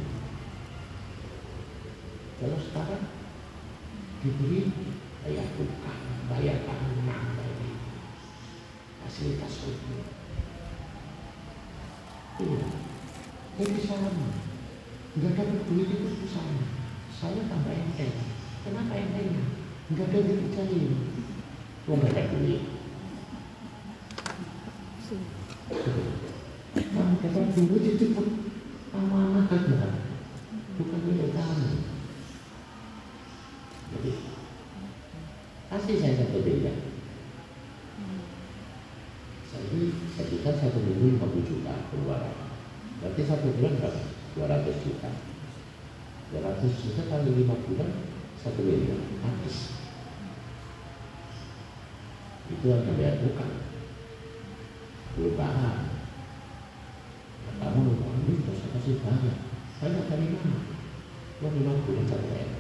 Kalau sekarang diberi bayar tukang, bayar tanah, bayar fasilitas umum iya jadi sama. Nggak dapat duit itu susah. Saya tambah enteng. Kenapa entengnya? Nggak ada yang dipercaya. Nggak ada duit. Kamu dapat duit itu pun amanah aja. Bukan milik kamu. Jadi kasih saya satu beda. Saya kan 1 minggu 50 juta keluar. Berarti 1 bulan berapa? 200 juta 200 juta kali 5 bulan 1 miliar habis. Itu hanya bayar bukan belum bahan. Kamu ini bisa kasih banyak dari mana? Lo 5 bulan 1 M.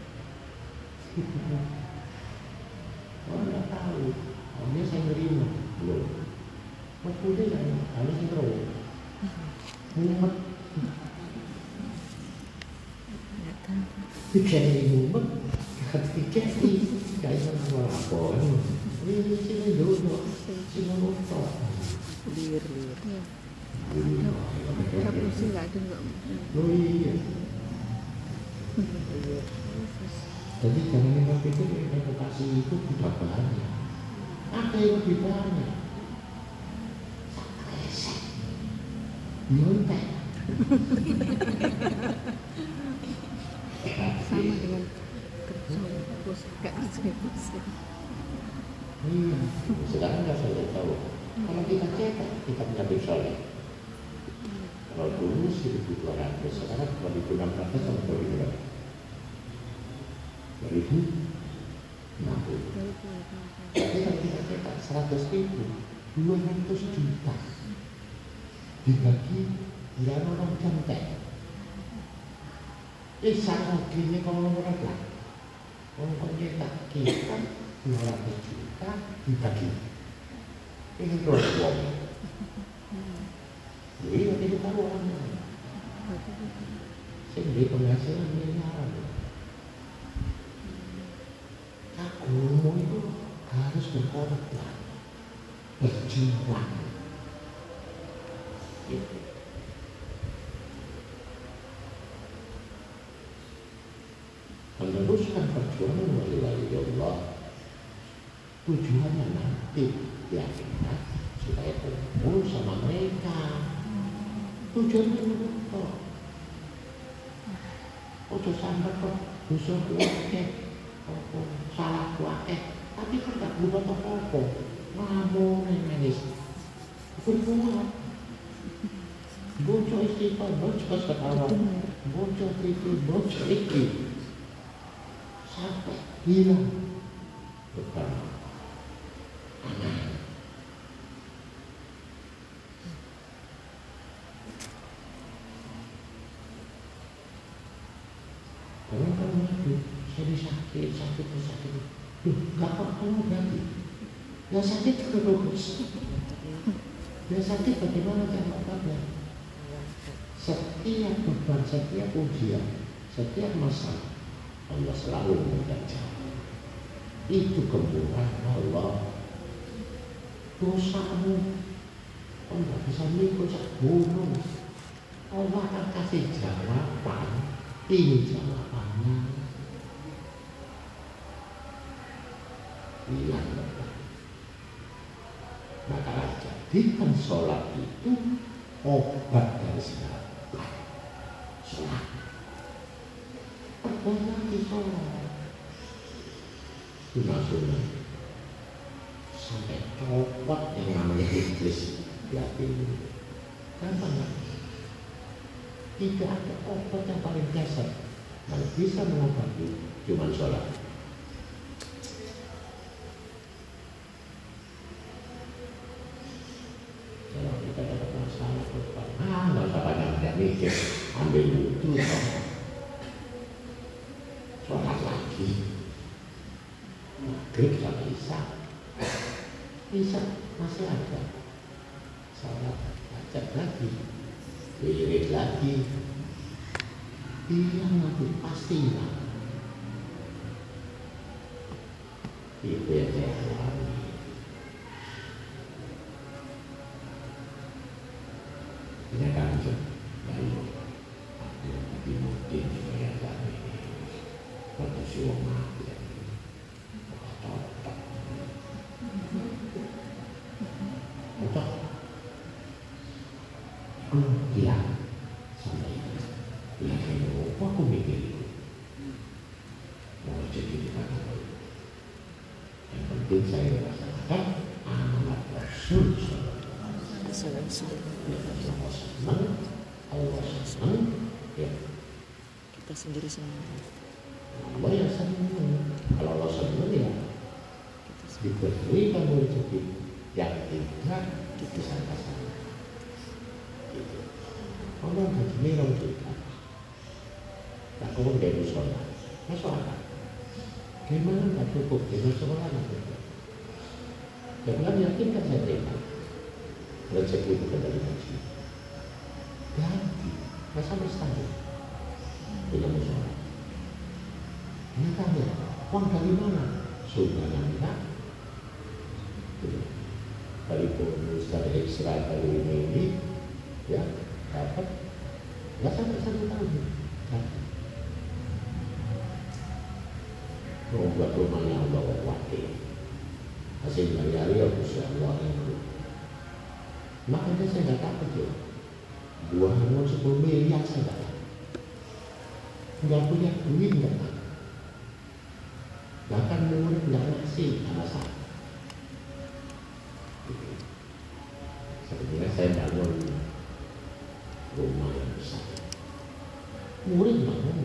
Orang nggak tahu. Orangnya saya nerima belum. Kuda yang harus terus mumet. Dikasih mumet, dikasih kayak sama apa? Ini sini dulu, sini motor. Lir. Tapi sih nggak ada nggak. Oh iya. Jadi jangan ingat itu edukasi itu tidak banyak. Ada yang lebih banyak. Nyontek. Sama dengan kerja bos, nggak kerja bos. Iya. Sekarang nggak saya tahu. Kalau kita cetak, kita mengambil soleh. Kalau dulu 1.200, sekarang 2.600 sama 2.000. 2060. Tapi kalau kita cetak 100.000, 200 juta dibagi bulan orang cantik. Sangat gini kalau nomor apa? Kalau cetak kita 200 juta dibagi. Ini terus uang. Jadi nanti kita uangnya. Sehingga penghasilan miliaran. Agama itu harus berkorban, berjuang. Itu. Meneruskan perjuangan walillahi Allah. Tujuannya nanti di akhirat supaya kumpul sama mereka. Tujuannya itu. Ojo sampai kok dosa kuake, salah kuake, tapi kan tak berubah apa-apa. Ngomong manis. Berbuat. Bocor istighfar, bocor sekarang, bocor itu, bocor itu, sampai hilang. Bukan. sakit. Duh, gak apa-apa berarti. Yang sakit terus. Yang sakit bagaimana cara obatnya? Setiap beban, setiap ujian, setiap masalah, Allah selalu memberikan jalan. Itu kemurahan Allah. Dosamu, Allah bisa mikul gunung. Allah akan kasih jawaban. Ini jawabannya. Iya, maka jadikan sholat itu obat dari segala penyakit. Sholat, perbanyak di sholat. Sunnah-sunnah sampai copot yang namanya iblis di hatimu. Gampang kan? Tidak ada obat yang paling dasar yang bisa mengobati cuma sholat. Kalau kita dapat masalah, nggak usah banyak mikir, ambil wudhu, sholat lagi, maghrib sampai isya masih ada, sholat hajat lagi, wirid lagi, hilang lagi, pasti hilang. Itu yang saya alami. Ini kan baik, aku mungkin yang kami waktu siwang mati, otak, hilang sampai itu. Hilang apa aku mikir itu? Mau jadi di mana? Yang penting saya rasakan amanat Rasul. Allah senang, ya. Kita sendiri senang. Allah yang senang. Kalau Allah senang ya diberikan rezeki yang tidak disangka-sangka. Gitu. Allah menjadi kita. Tak kau dari sholat, masuk akal. Gimana tak cukup dengan sholat itu? Jangan yakinkan saya terima. Rezeki itu dari haji. Ganti, masa mustahil. Tidak mau sholat. Ini tanya, uang dari mana? Sudah enggak. Dari bonus, dari ekstra, dari ini, ya dapat. Nggak sampai 1 tahun. Mau buat rumahnya Allah wakil. Hasil bayari ya Insya Allah itu. Makanya saya nggak takut ya. Buahmu 10 miliar saya nggak takut. Nggak punya duit nggak takut. Bahkan murid nggak ngasih sama saya. Sebenarnya saya bangun rumah yang besar. Murid bangun.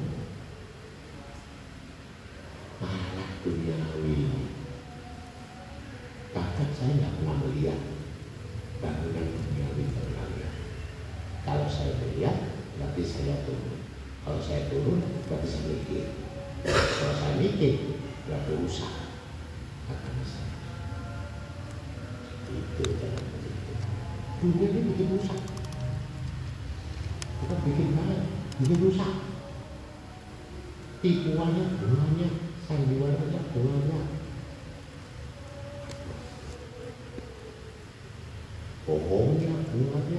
Malah duniawi. Bahkan saya nggak pernah melihat bangunan duniawi terlihat. Kalau saya melihat, berarti saya turun. Kalau saya turun, berarti saya mikir. Kalau saya mikir, berarti usaha. Kata saya. Itu jangan begitu. Dunia ini bikin rusak. Kita bikin baik, bikin rusak. Tipuannya, bunganya, sandiwananya, bunganya. Bohongnya, bunganya.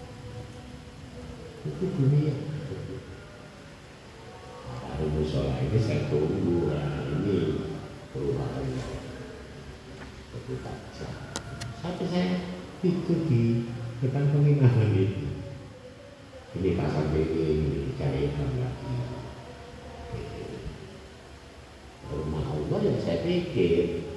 Itu dunia. Hari musola ini saya tunggu, ini perubahannya. Itu tajam. Sampai saya tidur di depan penginapan itu. Ini pasar ini cari ikan lagi. Rumah Allah yang saya pikir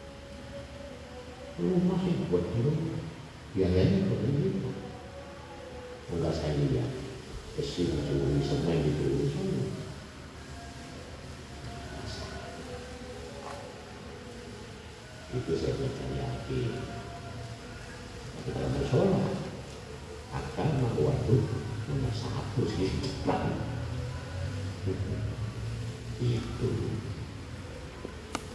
rumah sih buat dulu biayanya buat ini. Enggak saya lihat besi macam semua yang dulu semua. Itu saya percaya yakin. Tapi kalau mau sholat, agama waduh nomor 1 sih depan. Itu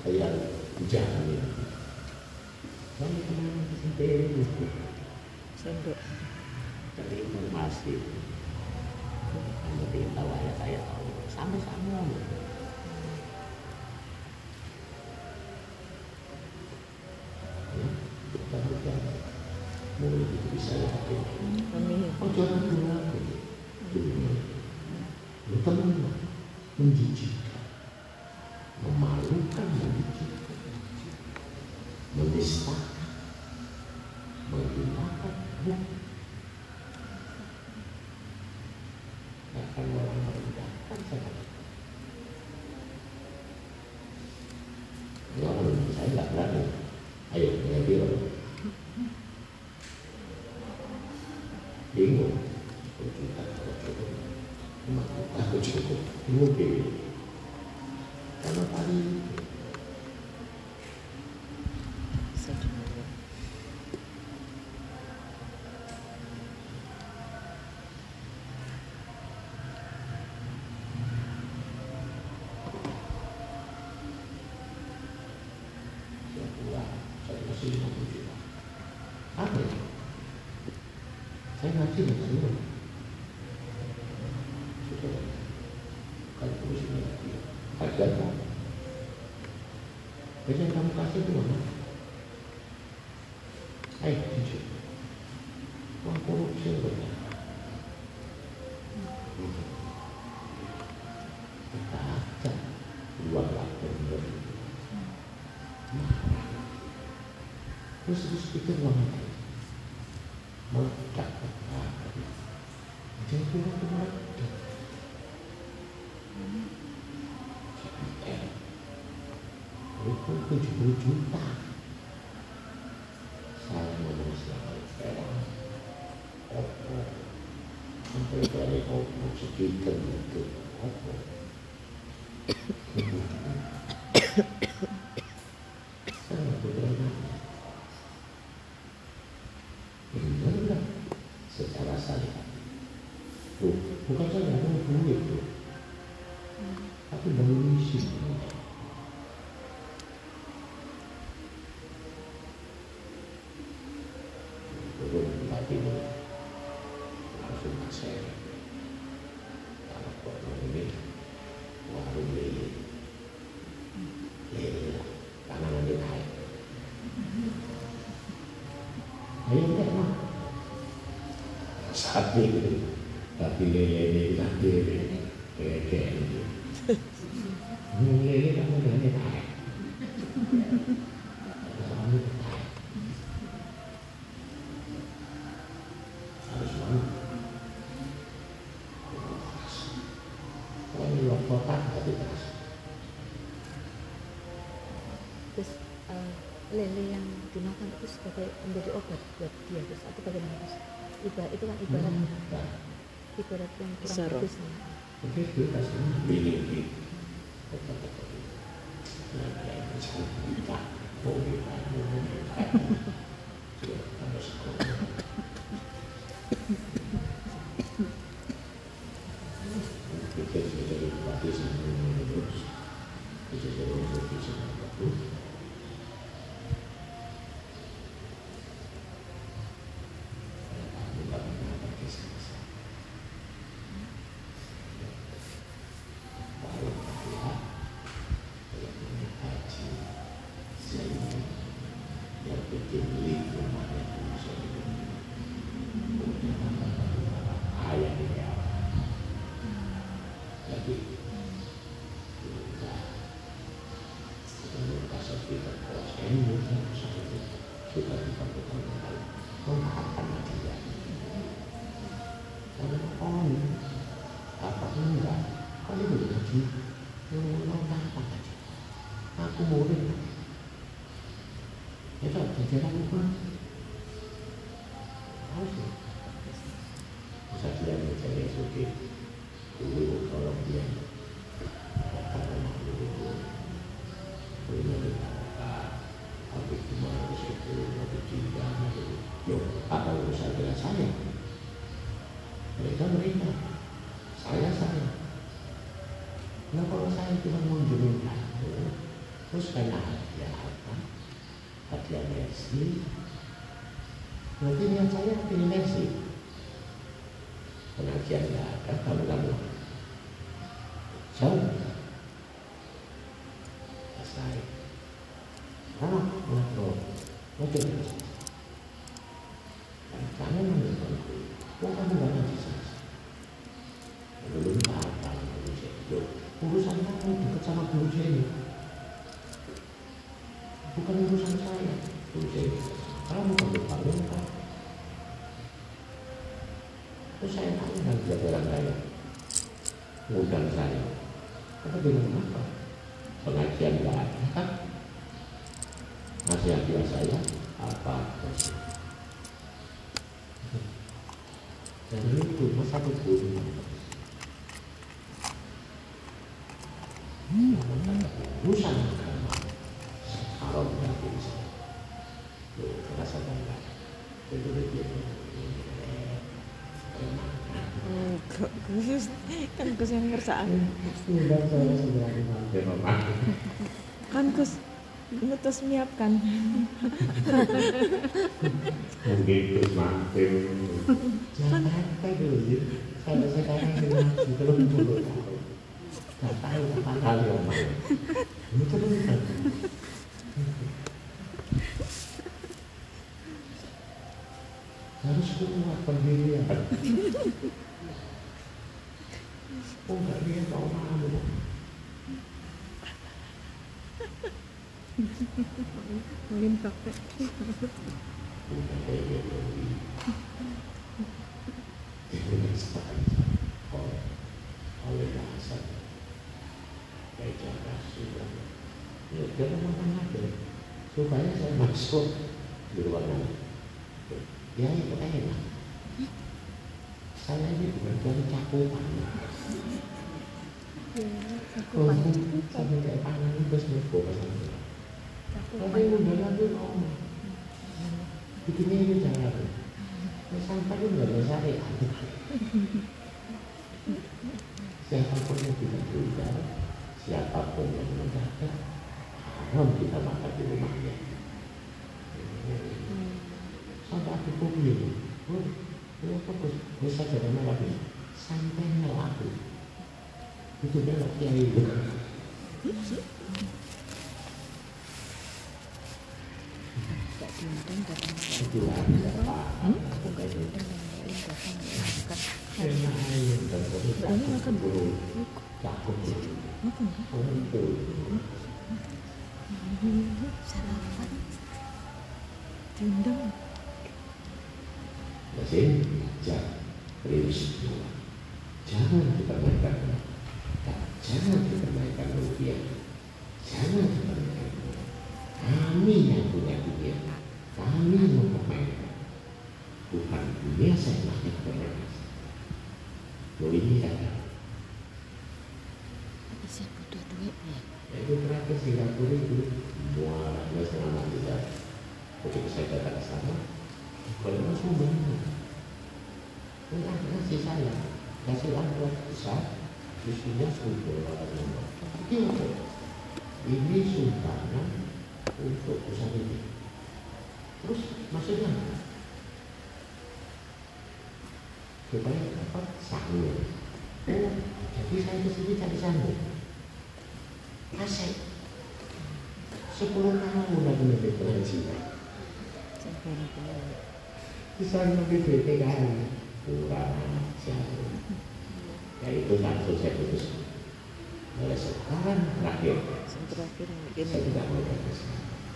yang jangan ya. Saya kemana sendiri Sendok. cari informasi. Kamu ingin tahu ayat saya tahu sama-sama. Mulai itu bisa yakin. Amin. Oh jangan dulu dunia. Teman menjijikkan, memalukan, menjijikkan, menistakan, menghinakan, akan merendahkan saya. Kalau saya nggak berani, ayo mengambil. Bingung, aku cukup mungkin karena tadi saya kasih 50 juta. Apa ya? Saya ngasih nggak semua. Sudah, kalau kursinya lagi, harganya. Jadi yang kamu kasih itu mana? Ayo, jujur. Uang korupsi banyak. Kita aja 2,5 terus pikir uang itu meledak. Jadi uang itu meledak. Itu 70 juta. Saya ngomong selama sekarang Oppo sampai dari Oppo sekitar itu Oppo saya berdengar benar secara syariat. Bukan saya mau duit tuh, tapi dari misi. Tapi langsung saya kalau kok ini warung lele lah kanan dia naik. Ayo enggak mah sapi tapi lele ini nanti lele lele kamu lele naik. Terus lele yang dimakan itu sebagai menjadi obat buat dia, terus atau bagaimana terus? Ibarat itu kan ibarat ibarat yang kurang bagus. Begitu rasanya miliki. Aku murid. Itu jajaran bukan. Harus. Bisa dia mencari suki. Dulu kalau dia karena dulu punya habis kemarin itu habis cinta itu. Apa urusan dengan saya? Mereka saya. Nah kalau saya cuma mengunjungi kamu, Terus karena hadiah apa? Hadiah Messi. Nanti niat saya pilih Messi. Pengajian nggak ada, kamu jauh. Selesai. Ngobrol. Kamu menurutku, kamu nggak ngaji saja. Belum apa urusan kamu dekat sama guru saya. Bukan urusan saya. Guru saya. Kamu bangun kan? Terus saya tanya dengan jajaran saya, ngundang saya. Kata bilang apa? Pengajian nggak ada kan? Nasihat saya apa? Dan itu masa guru. Urusan agama haram dan bisa. Terasa bangga. Gus kan Gus yang ngersakan. Kan Gus ngutus miapkan. Mungkin Gus mampir. Jangan sampai dulu. Sampai sekarang ini terus dulu. Gak tahu apa kali omong. Itu benar. Harus kuat pendirian. Oh enggak dia tahu malu. Mungkin pakai. Oleh bahasa baik cara sudah. Ya jangan makan aja. Supaya saya masuk di ruangan. Ya itu enak. Saya ini bukan dari cakupan. Sampai kayak pangan itu semua pasang. Tapi udah lagi ngomong. Bikinnya ini jangan. Sampai itu nggak ada syariat. Siapapun yang tidak berubah, siapapun yang mendadak, haram kita makan di rumahnya. Sampai aku pungli, ya fokus, bisa jadi lagi, sampai ngelaku, itu belok kiai itu. Itu lagi apa? Ini makan dulu. Cakep. Makan kan? Sarapan Diundang. Mesin, jangan kita mainkan, jangan kita mainkan rupiah, jangan kita mainkan. Kami yang punya dunia, kami yang memainkan. Bukan dunia saya maknya kepada Loh ini ada. tapi saya butuh duit ya. Itu terakhir Singapura itu muaranya selama tidak. Begitu saya datang ke sana, kalau masuk banyak. Ini ngasih saya, kasih amplop besar, isinya $10. Ini sumbangan untuk usaha ini. Terus maksudnya supaya dapat sahur. Oh, jadi saya kesini cari sahur. Kasih 10 tahun lagi lebih pengajian. Bisa lebih BPKM kurang jauh. Ya itu langsung saya putus. Mulai sekarang terakhir saya tidak mau berkesan.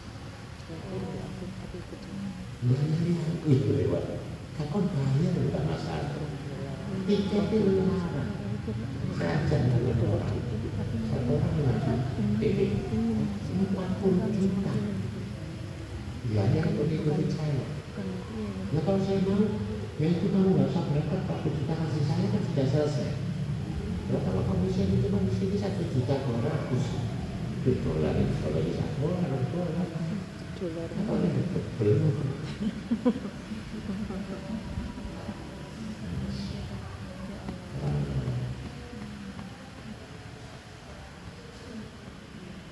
Aku itu lewat. Kakon bayar bukan masalah. Tiket itu larang. Saya ajak dengan orang. Satu orang ngaji. 40 juta. Ya yang ikut saya. Nah kalau saya mau, ya itu kamu nggak usah berangkat 40 juta kasih saya kan sudah selesai. Nah kalau kamu sih cuma di sini $1,200,000. $1 kalau di $1. Apa yang belum?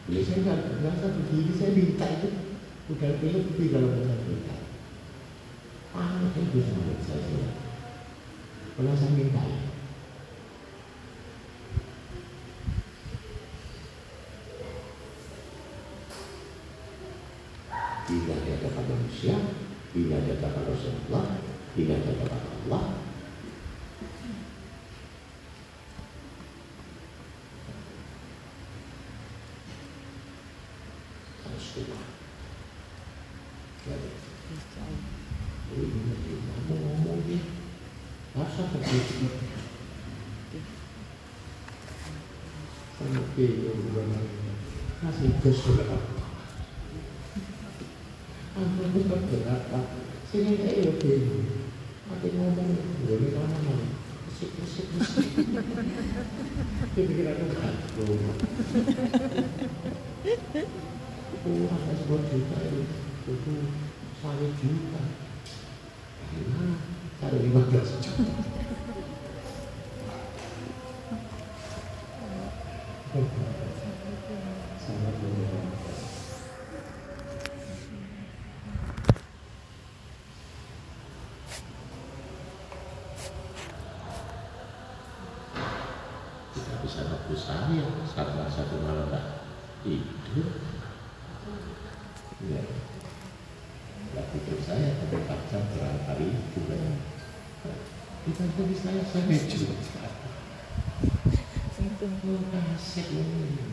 Beli saya nggak biasa begini, saya minta itu udah lebih kalau saya minta. Itu menurut saya. Kalau saya minta ya. Bila dia dapat manusia, bila dia dapat Rasulullah, bila dia dapat Allah, harus kuat. Jadi, kamu ngomong dia, rasa begitu. Sama bingung, masih berapa? Aku bukan berapa, sini kayak bingung. Aku ngomong, gue ini mana? Musik. Dia pikir aku kacau. Kurang 10 juta itu 1 juta. Gimana? Cari 15 juta. Sangat berbeda. Kita bisa nabung saya karena satu malam tak tidur. Ya, nggak tidur saya tapi 4 jam berhari juga. Kita bagi saya juga. Kasih ini.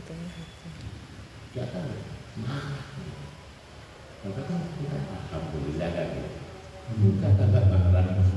Gak tahu. Maka kan kita alhamdulillah kan. Bukan tanda pengenalan